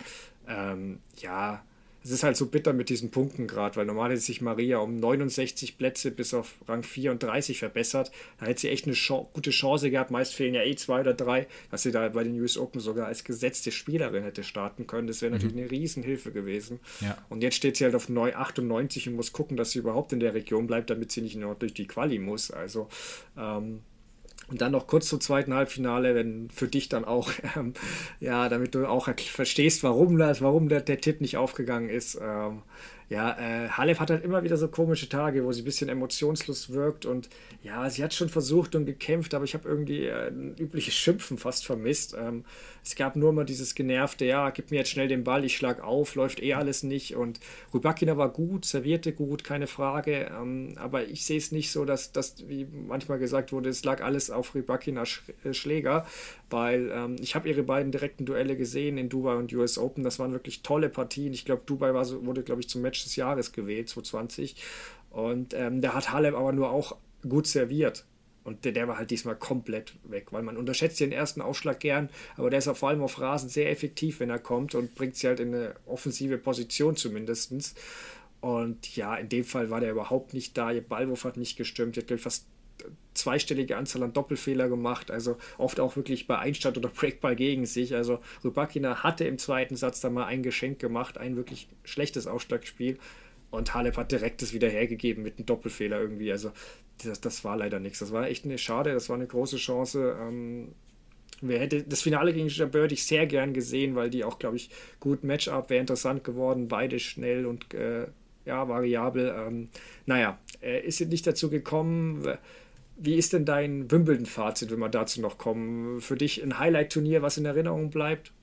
es ist halt so bitter mit diesen Punkten gerade, weil normal hätte sich Maria um 69 Plätze bis auf Rang 34 verbessert. Da hätte sie echt eine gute Chance gehabt. Meist fehlen ja 2 oder 3, dass sie da bei den US Open sogar als gesetzte Spielerin hätte starten können. Das wäre natürlich eine Riesenhilfe gewesen. Ja. Und jetzt steht sie halt auf 98 und muss gucken, dass sie überhaupt in der Region bleibt, damit sie nicht nur durch die Quali muss. Also und dann noch kurz zum zweiten Halbfinale, wenn für dich dann auch, damit du auch verstehst, warum der Tipp nicht aufgegangen ist. Halep hat halt immer wieder so komische Tage, wo sie ein bisschen emotionslos wirkt und sie hat schon versucht und gekämpft, aber ich habe irgendwie ein übliches Schimpfen fast vermisst. Es gab nur mal dieses genervte, gib mir jetzt schnell den Ball, ich schlag auf, läuft alles nicht und Rybakina war gut, servierte gut, keine Frage, aber ich sehe es nicht so, dass wie manchmal gesagt wurde, es lag alles auf Rybakinas Schläger, weil ich habe ihre beiden direkten Duelle gesehen in Dubai und US Open, das waren wirklich tolle Partien. Ich glaube, Dubai wurde, glaube ich, zum Match des Jahres gewählt, 2020. Und da hat Halep aber nur auch gut serviert. Und der war halt diesmal komplett weg, weil man unterschätzt den ersten Aufschlag gern, aber der ist vor allem auf Rasen sehr effektiv, wenn er kommt und bringt sie halt in eine offensive Position zumindest. Und in dem Fall war der überhaupt nicht da. Ihr Ballwurf hat nicht gestimmt. Ihr hat, glaube ich, fast zweistellige Anzahl an Doppelfehler gemacht, also oft auch wirklich bei Einstand oder Breakball gegen sich. Also Rybakina hatte im zweiten Satz dann mal ein Geschenk gemacht, ein wirklich schlechtes Aufschlagspiel und Halep hat direkt das wieder hergegeben mit einem Doppelfehler irgendwie. Also das war leider nichts. Das war echt eine Schade, das war eine große Chance Das Finale gegen Jabeur hätte ich sehr gern gesehen, weil die auch, glaube ich, gut Matchup, wäre interessant geworden, beide schnell und variabel. Ist nicht dazu gekommen. Wie ist denn dein Wimbledon-Fazit, wenn wir dazu noch kommen? Für dich ein Highlight-Turnier, was in Erinnerung bleibt?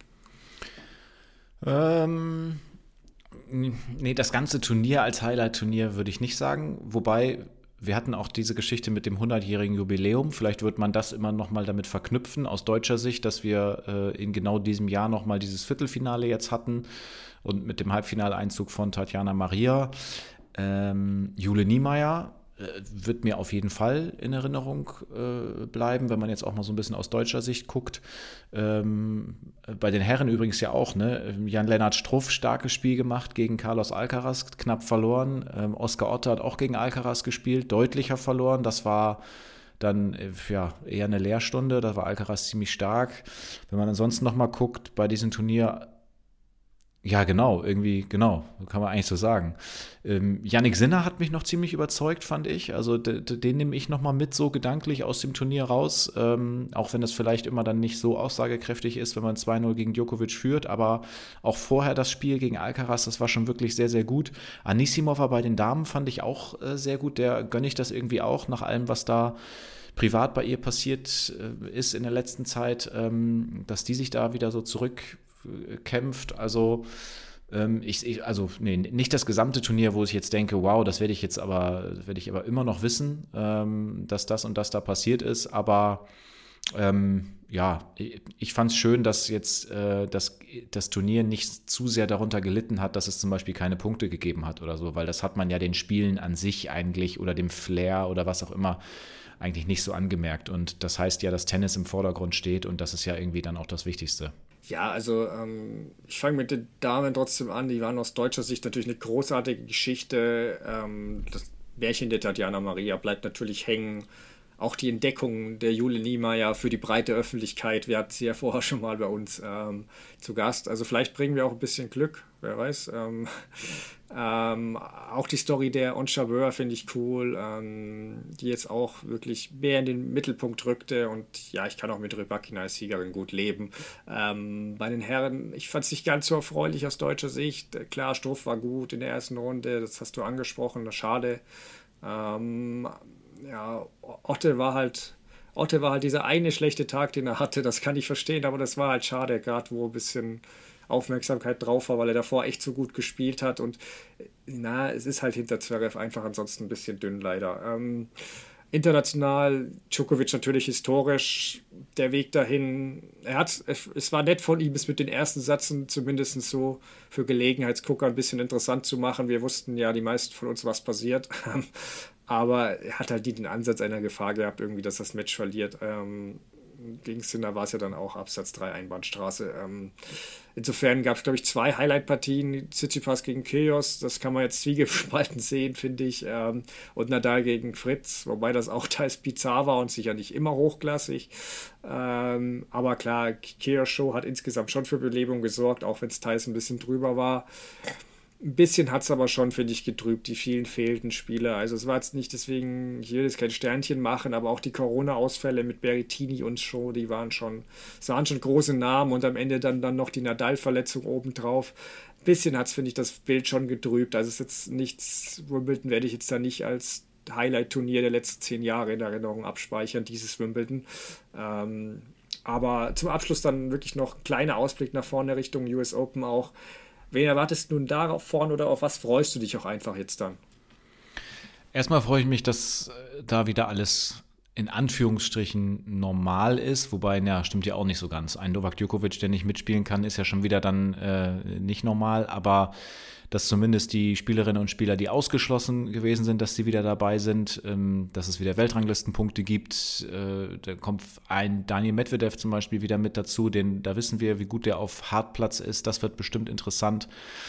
Nee, das ganze Turnier als Highlight-Turnier würde ich nicht sagen. Wobei, wir hatten auch diese Geschichte mit dem 100-jährigen Jubiläum. Vielleicht wird man das immer noch mal damit verknüpfen, aus deutscher Sicht, dass wir in genau diesem Jahr noch mal dieses Viertelfinale jetzt hatten und mit dem Halbfinaleinzug von Tatjana Maria. Jule Niemeyer wird mir auf jeden Fall in Erinnerung bleiben, wenn man jetzt auch mal so ein bisschen aus deutscher Sicht guckt. Bei den Herren übrigens ja auch, ne? Jan-Lennart Struff, starkes Spiel gemacht gegen Carlos Alcaraz, knapp verloren. Oscar Otte hat auch gegen Alcaraz gespielt, deutlicher verloren. Das war dann eher eine Lehrstunde, da war Alcaraz ziemlich stark. Wenn man ansonsten noch mal guckt, bei diesem Turnier, ja, genau, kann man eigentlich so sagen. Jannik Sinner hat mich noch ziemlich überzeugt, fand ich. Also den nehme ich noch mal mit so gedanklich aus dem Turnier raus, auch wenn das vielleicht immer dann nicht so aussagekräftig ist, wenn man 2-0 gegen Djokovic führt, aber auch vorher das Spiel gegen Alcaraz, das war schon wirklich sehr, sehr gut. Anisimova bei den Damen fand ich auch sehr gut, der gönne ich das irgendwie auch, nach allem, was da privat bei ihr passiert ist in der letzten Zeit, dass die sich da wieder so zurückkämpft. Also nicht das gesamte Turnier, wo ich jetzt denke, wow, das werde ich aber immer noch wissen, dass das und das da passiert ist. Aber ich fand es schön, dass jetzt das Turnier nicht zu sehr darunter gelitten hat, dass es zum Beispiel keine Punkte gegeben hat oder so, weil das hat man ja den Spielen an sich eigentlich oder dem Flair oder was auch immer eigentlich nicht so angemerkt. Und das heißt ja, dass Tennis im Vordergrund steht und das ist ja irgendwie dann auch das Wichtigste. Ja, also ich fange mit den Damen trotzdem an. Die waren aus deutscher Sicht natürlich eine großartige Geschichte. Das Märchen der Tatjana Maria bleibt natürlich hängen. Auch die Entdeckung der Jule Niemeyer für die breite Öffentlichkeit. Wir hatten sie ja vorher schon mal bei uns zu Gast. Also vielleicht bringen wir auch ein bisschen Glück, wer weiß. Auch die Story der On Jabeur finde ich cool, die jetzt auch wirklich mehr in den Mittelpunkt rückte. Und ja, ich kann auch mit Rybakina als Siegerin gut leben. Bei den Herren, ich fand es nicht ganz so erfreulich aus deutscher Sicht. Klar, Struff war gut in der ersten Runde, das hast du angesprochen, schade. Otte war halt dieser eine schlechte Tag, den er hatte, das kann ich verstehen, aber das war halt schade, gerade wo ein bisschen Aufmerksamkeit drauf war, weil er davor echt so gut gespielt hat und es ist halt hinter Zverev einfach ansonsten ein bisschen dünn leider. International, Djokovic natürlich historisch, der Weg dahin, es war nett von ihm, es mit den ersten Sätzen zumindest so für Gelegenheitsgucker ein bisschen interessant zu machen. Wir wussten ja, die meisten von uns, was passiert. Aber er hat halt nie den Ansatz einer Gefahr gehabt, irgendwie, dass das Match verliert. Gegen Sinner war es ja dann auch Absatz 3 Einbahnstraße. Insofern gab es, glaube ich, 2 Highlight-Partien. Tsitsipas gegen Kyrgios, das kann man jetzt zwiegespalten sehen, finde ich. Und Nadal gegen Fritz, wobei das auch teils bizarr war und sicher nicht immer hochklassig. Aber klar, Kyrgios Show hat insgesamt schon für Belebung gesorgt, auch wenn es teils ein bisschen drüber war. Ein bisschen hat es aber schon, finde ich, getrübt, die vielen fehlenden Spieler. Also es war jetzt nicht deswegen, ich will jetzt kein Sternchen machen, aber auch die Corona-Ausfälle mit Berrettini und Show, es waren schon große Namen und am Ende dann noch die Nadal-Verletzung obendrauf. Ein bisschen hat es, finde ich, das Bild schon getrübt. Also es ist jetzt nichts, Wimbledon werde ich jetzt da nicht als Highlight-Turnier der letzten 10 Jahre in Erinnerung abspeichern, dieses Wimbledon. Aber zum Abschluss dann wirklich noch ein kleiner Ausblick nach vorne Richtung US Open auch. Wen erwartest du nun darauf vorne oder auf was freust du dich auch einfach jetzt dann? Erstmal freue ich mich, dass da wieder alles in Anführungsstrichen normal ist, wobei, ja, stimmt ja auch nicht so ganz. Ein Novak Djokovic, der nicht mitspielen kann, ist ja schon wieder dann nicht normal, aber dass zumindest die Spielerinnen und Spieler, die ausgeschlossen gewesen sind, dass sie wieder dabei sind, dass es wieder Weltranglistenpunkte gibt. Da kommt ein Daniil Medvedev zum Beispiel wieder mit dazu, da wissen wir, wie gut der auf Hartplatz ist. Das wird bestimmt interessant.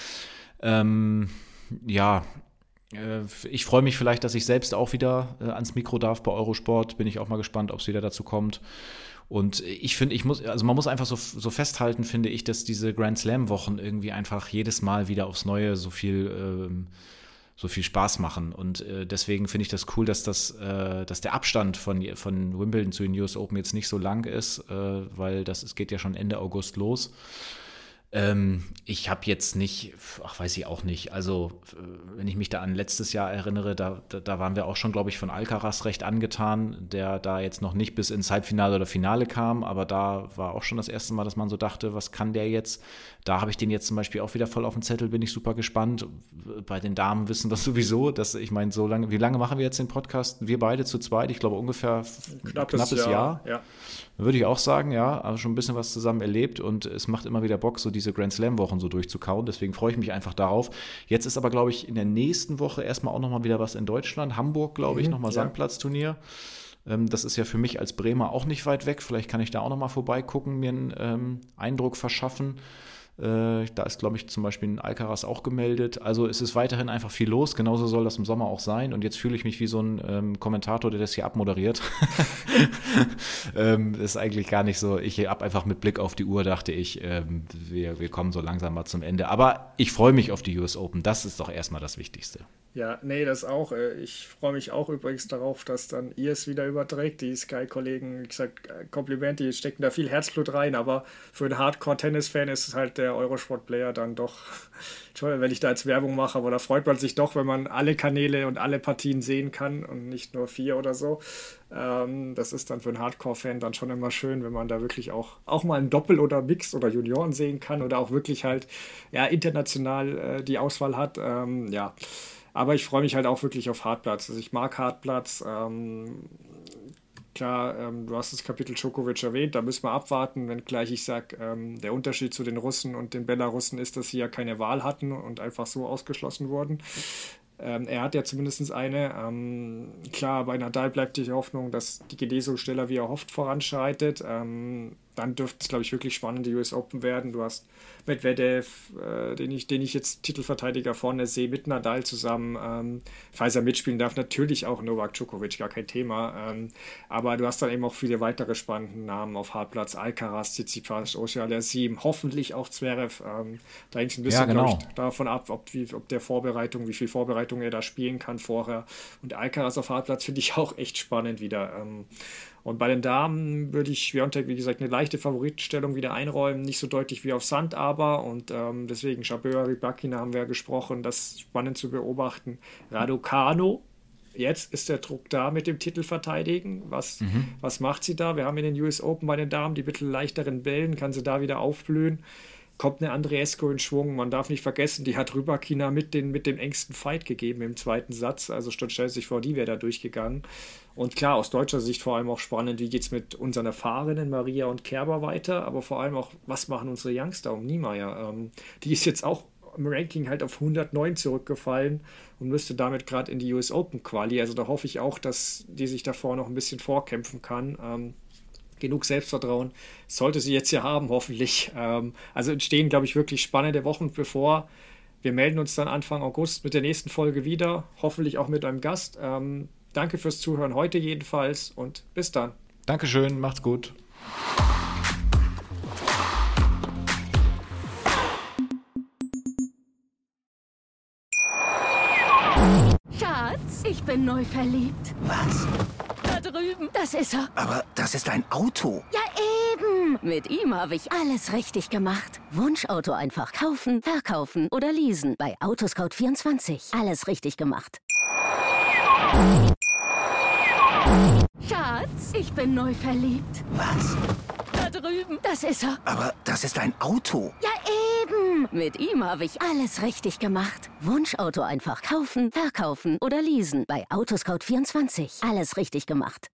Ich freue mich vielleicht, dass ich selbst auch wieder ans Mikro darf bei Eurosport. Bin ich auch mal gespannt, ob es wieder dazu kommt. Und ich finde, man muss einfach so festhalten, finde ich, dass diese Grand Slam-Wochen irgendwie einfach jedes Mal wieder aufs Neue so viel viel Spaß machen. Und deswegen finde ich das cool, dass der Abstand von Wimbledon zu den US Open jetzt nicht so lang ist, weil es geht ja schon Ende August los. Ich habe jetzt nicht, weiß ich auch nicht, also wenn ich mich da an letztes Jahr erinnere, da waren wir auch schon, glaube ich, von Alcaraz recht angetan, der da jetzt noch nicht bis ins Halbfinale oder Finale kam, aber da war auch schon das erste Mal, dass man so dachte, was kann der jetzt? Da habe ich den jetzt zum Beispiel auch wieder voll auf dem Zettel, bin ich super gespannt. Bei den Damen wissen wir sowieso, wie lange machen wir jetzt den Podcast? Wir beide zu zweit, ich glaube ungefähr ein knappes Jahr. Ja. Würde ich auch sagen, ja, aber schon ein bisschen was zusammen erlebt und es macht immer wieder Bock, so diese Grand Slam-Wochen so durchzukauen, deswegen freue ich mich einfach darauf. Jetzt ist aber, glaube ich, in der nächsten Woche erstmal auch nochmal wieder was in Deutschland, Hamburg, glaube ich, nochmal Sandplatzturnier. Das ist ja für mich als Bremer auch nicht weit weg, vielleicht kann ich da auch nochmal vorbeigucken, mir einen Eindruck verschaffen. Da ist, glaube ich, zum Beispiel ein Alcaraz auch gemeldet. Also es ist weiterhin einfach viel los. Genauso soll das im Sommer auch sein. Und jetzt fühle ich mich wie so ein Kommentator, der das hier abmoderiert. Ist eigentlich gar nicht so. Ich habe einfach mit Blick auf die Uhr dachte ich, wir kommen so langsam mal zum Ende. Aber ich freue mich auf die US Open. Das ist doch erstmal das Wichtigste. Ja, nee, das auch. Ich freue mich auch übrigens darauf, dass dann ihr es wieder überträgt. Die Sky-Kollegen, wie gesagt, Kompliment, die stecken da viel Herzblut rein, aber für einen Hardcore-Tennis-Fan ist es halt der Eurosport-Player dann doch, Entschuldigung, wenn ich da jetzt Werbung mache, aber da freut man sich doch, wenn man alle Kanäle und alle Partien sehen kann und nicht nur 4 oder so. Das ist dann für einen Hardcore-Fan dann schon immer schön, wenn man da wirklich auch mal ein Doppel oder Mix oder Junioren sehen kann oder auch wirklich halt international die Auswahl hat. Aber ich freue mich halt auch wirklich auf Hartplatz. Also ich mag Hartplatz. Klar, du hast das Kapitel Djokovic erwähnt, da müssen wir abwarten, wenngleich ich sage, der Unterschied zu den Russen und den Belarussen ist, dass sie ja keine Wahl hatten und einfach so ausgeschlossen wurden. Er hat ja zumindest eine. Klar, bei Nadal bleibt die Hoffnung, dass die Genesung schneller wie er hofft voranschreitet. Dann dürfte es, glaube ich, wirklich spannend die US Open werden. Du hast Medvedev, den ich jetzt Titelverteidiger vorne sehe, mit Nadal zusammen. Falls er mitspielen darf, natürlich auch Novak Djokovic, gar kein Thema. Aber du hast dann eben auch viele weitere spannende Namen auf Hartplatz. Alcaraz, Tsitsipas, Auger-Aliassime, hoffentlich auch Zverev. Da hängt es ein bisschen davon ab, wie viel Vorbereitung er da spielen kann vorher. Und Alcaraz auf Hartplatz finde ich auch echt spannend wieder. Und bei den Damen würde ich Świątek, wie gesagt, eine leichte Favoritenstellung wieder einräumen, nicht so deutlich wie auf Sand aber und deswegen Jabeur, Rybakina haben wir ja gesprochen, das ist spannend zu beobachten. Raducanu, jetzt ist der Druck da mit dem Titel verteidigen, was macht sie da? Wir haben in den US Open bei den Damen die bisschen leichteren Bällen, kann sie da wieder aufblühen? Kommt eine Andreescu in Schwung. Man darf nicht vergessen, die hat Rybakina mit dem engsten Fight gegeben im zweiten Satz. Also stellt sich vor, die wäre da durchgegangen. Und klar, aus deutscher Sicht vor allem auch spannend, wie geht es mit unseren Erfahrenen Maria und Kerber weiter, aber vor allem auch, was machen unsere Youngster um Niemeyer? Die ist jetzt auch im Ranking halt auf 109 zurückgefallen und müsste damit gerade in die US Open Quali. Also da hoffe ich auch, dass die sich davor noch ein bisschen vorkämpfen kann. Genug Selbstvertrauen sollte sie jetzt ja haben, hoffentlich. Also entstehen, glaube ich, wirklich spannende Wochen bevor. Wir melden uns dann Anfang August mit der nächsten Folge wieder, hoffentlich auch mit einem Gast. Danke fürs Zuhören heute jedenfalls und bis dann. Dankeschön, macht's gut. Schatz, ich bin neu verliebt. Was? Da drüben. Das ist er. Aber das ist ein Auto. Ja, eben. Mit ihm habe ich alles richtig gemacht. Wunschauto einfach kaufen, verkaufen oder leasen. Bei Autoscout24. Alles richtig gemacht. Schatz, ich bin neu verliebt. Was? Da drüben. Das ist er. Aber das ist ein Auto. Ja, eben. Mit ihm habe ich alles richtig gemacht. Wunschauto einfach kaufen, verkaufen oder leasen. Bei Autoscout24. Alles richtig gemacht.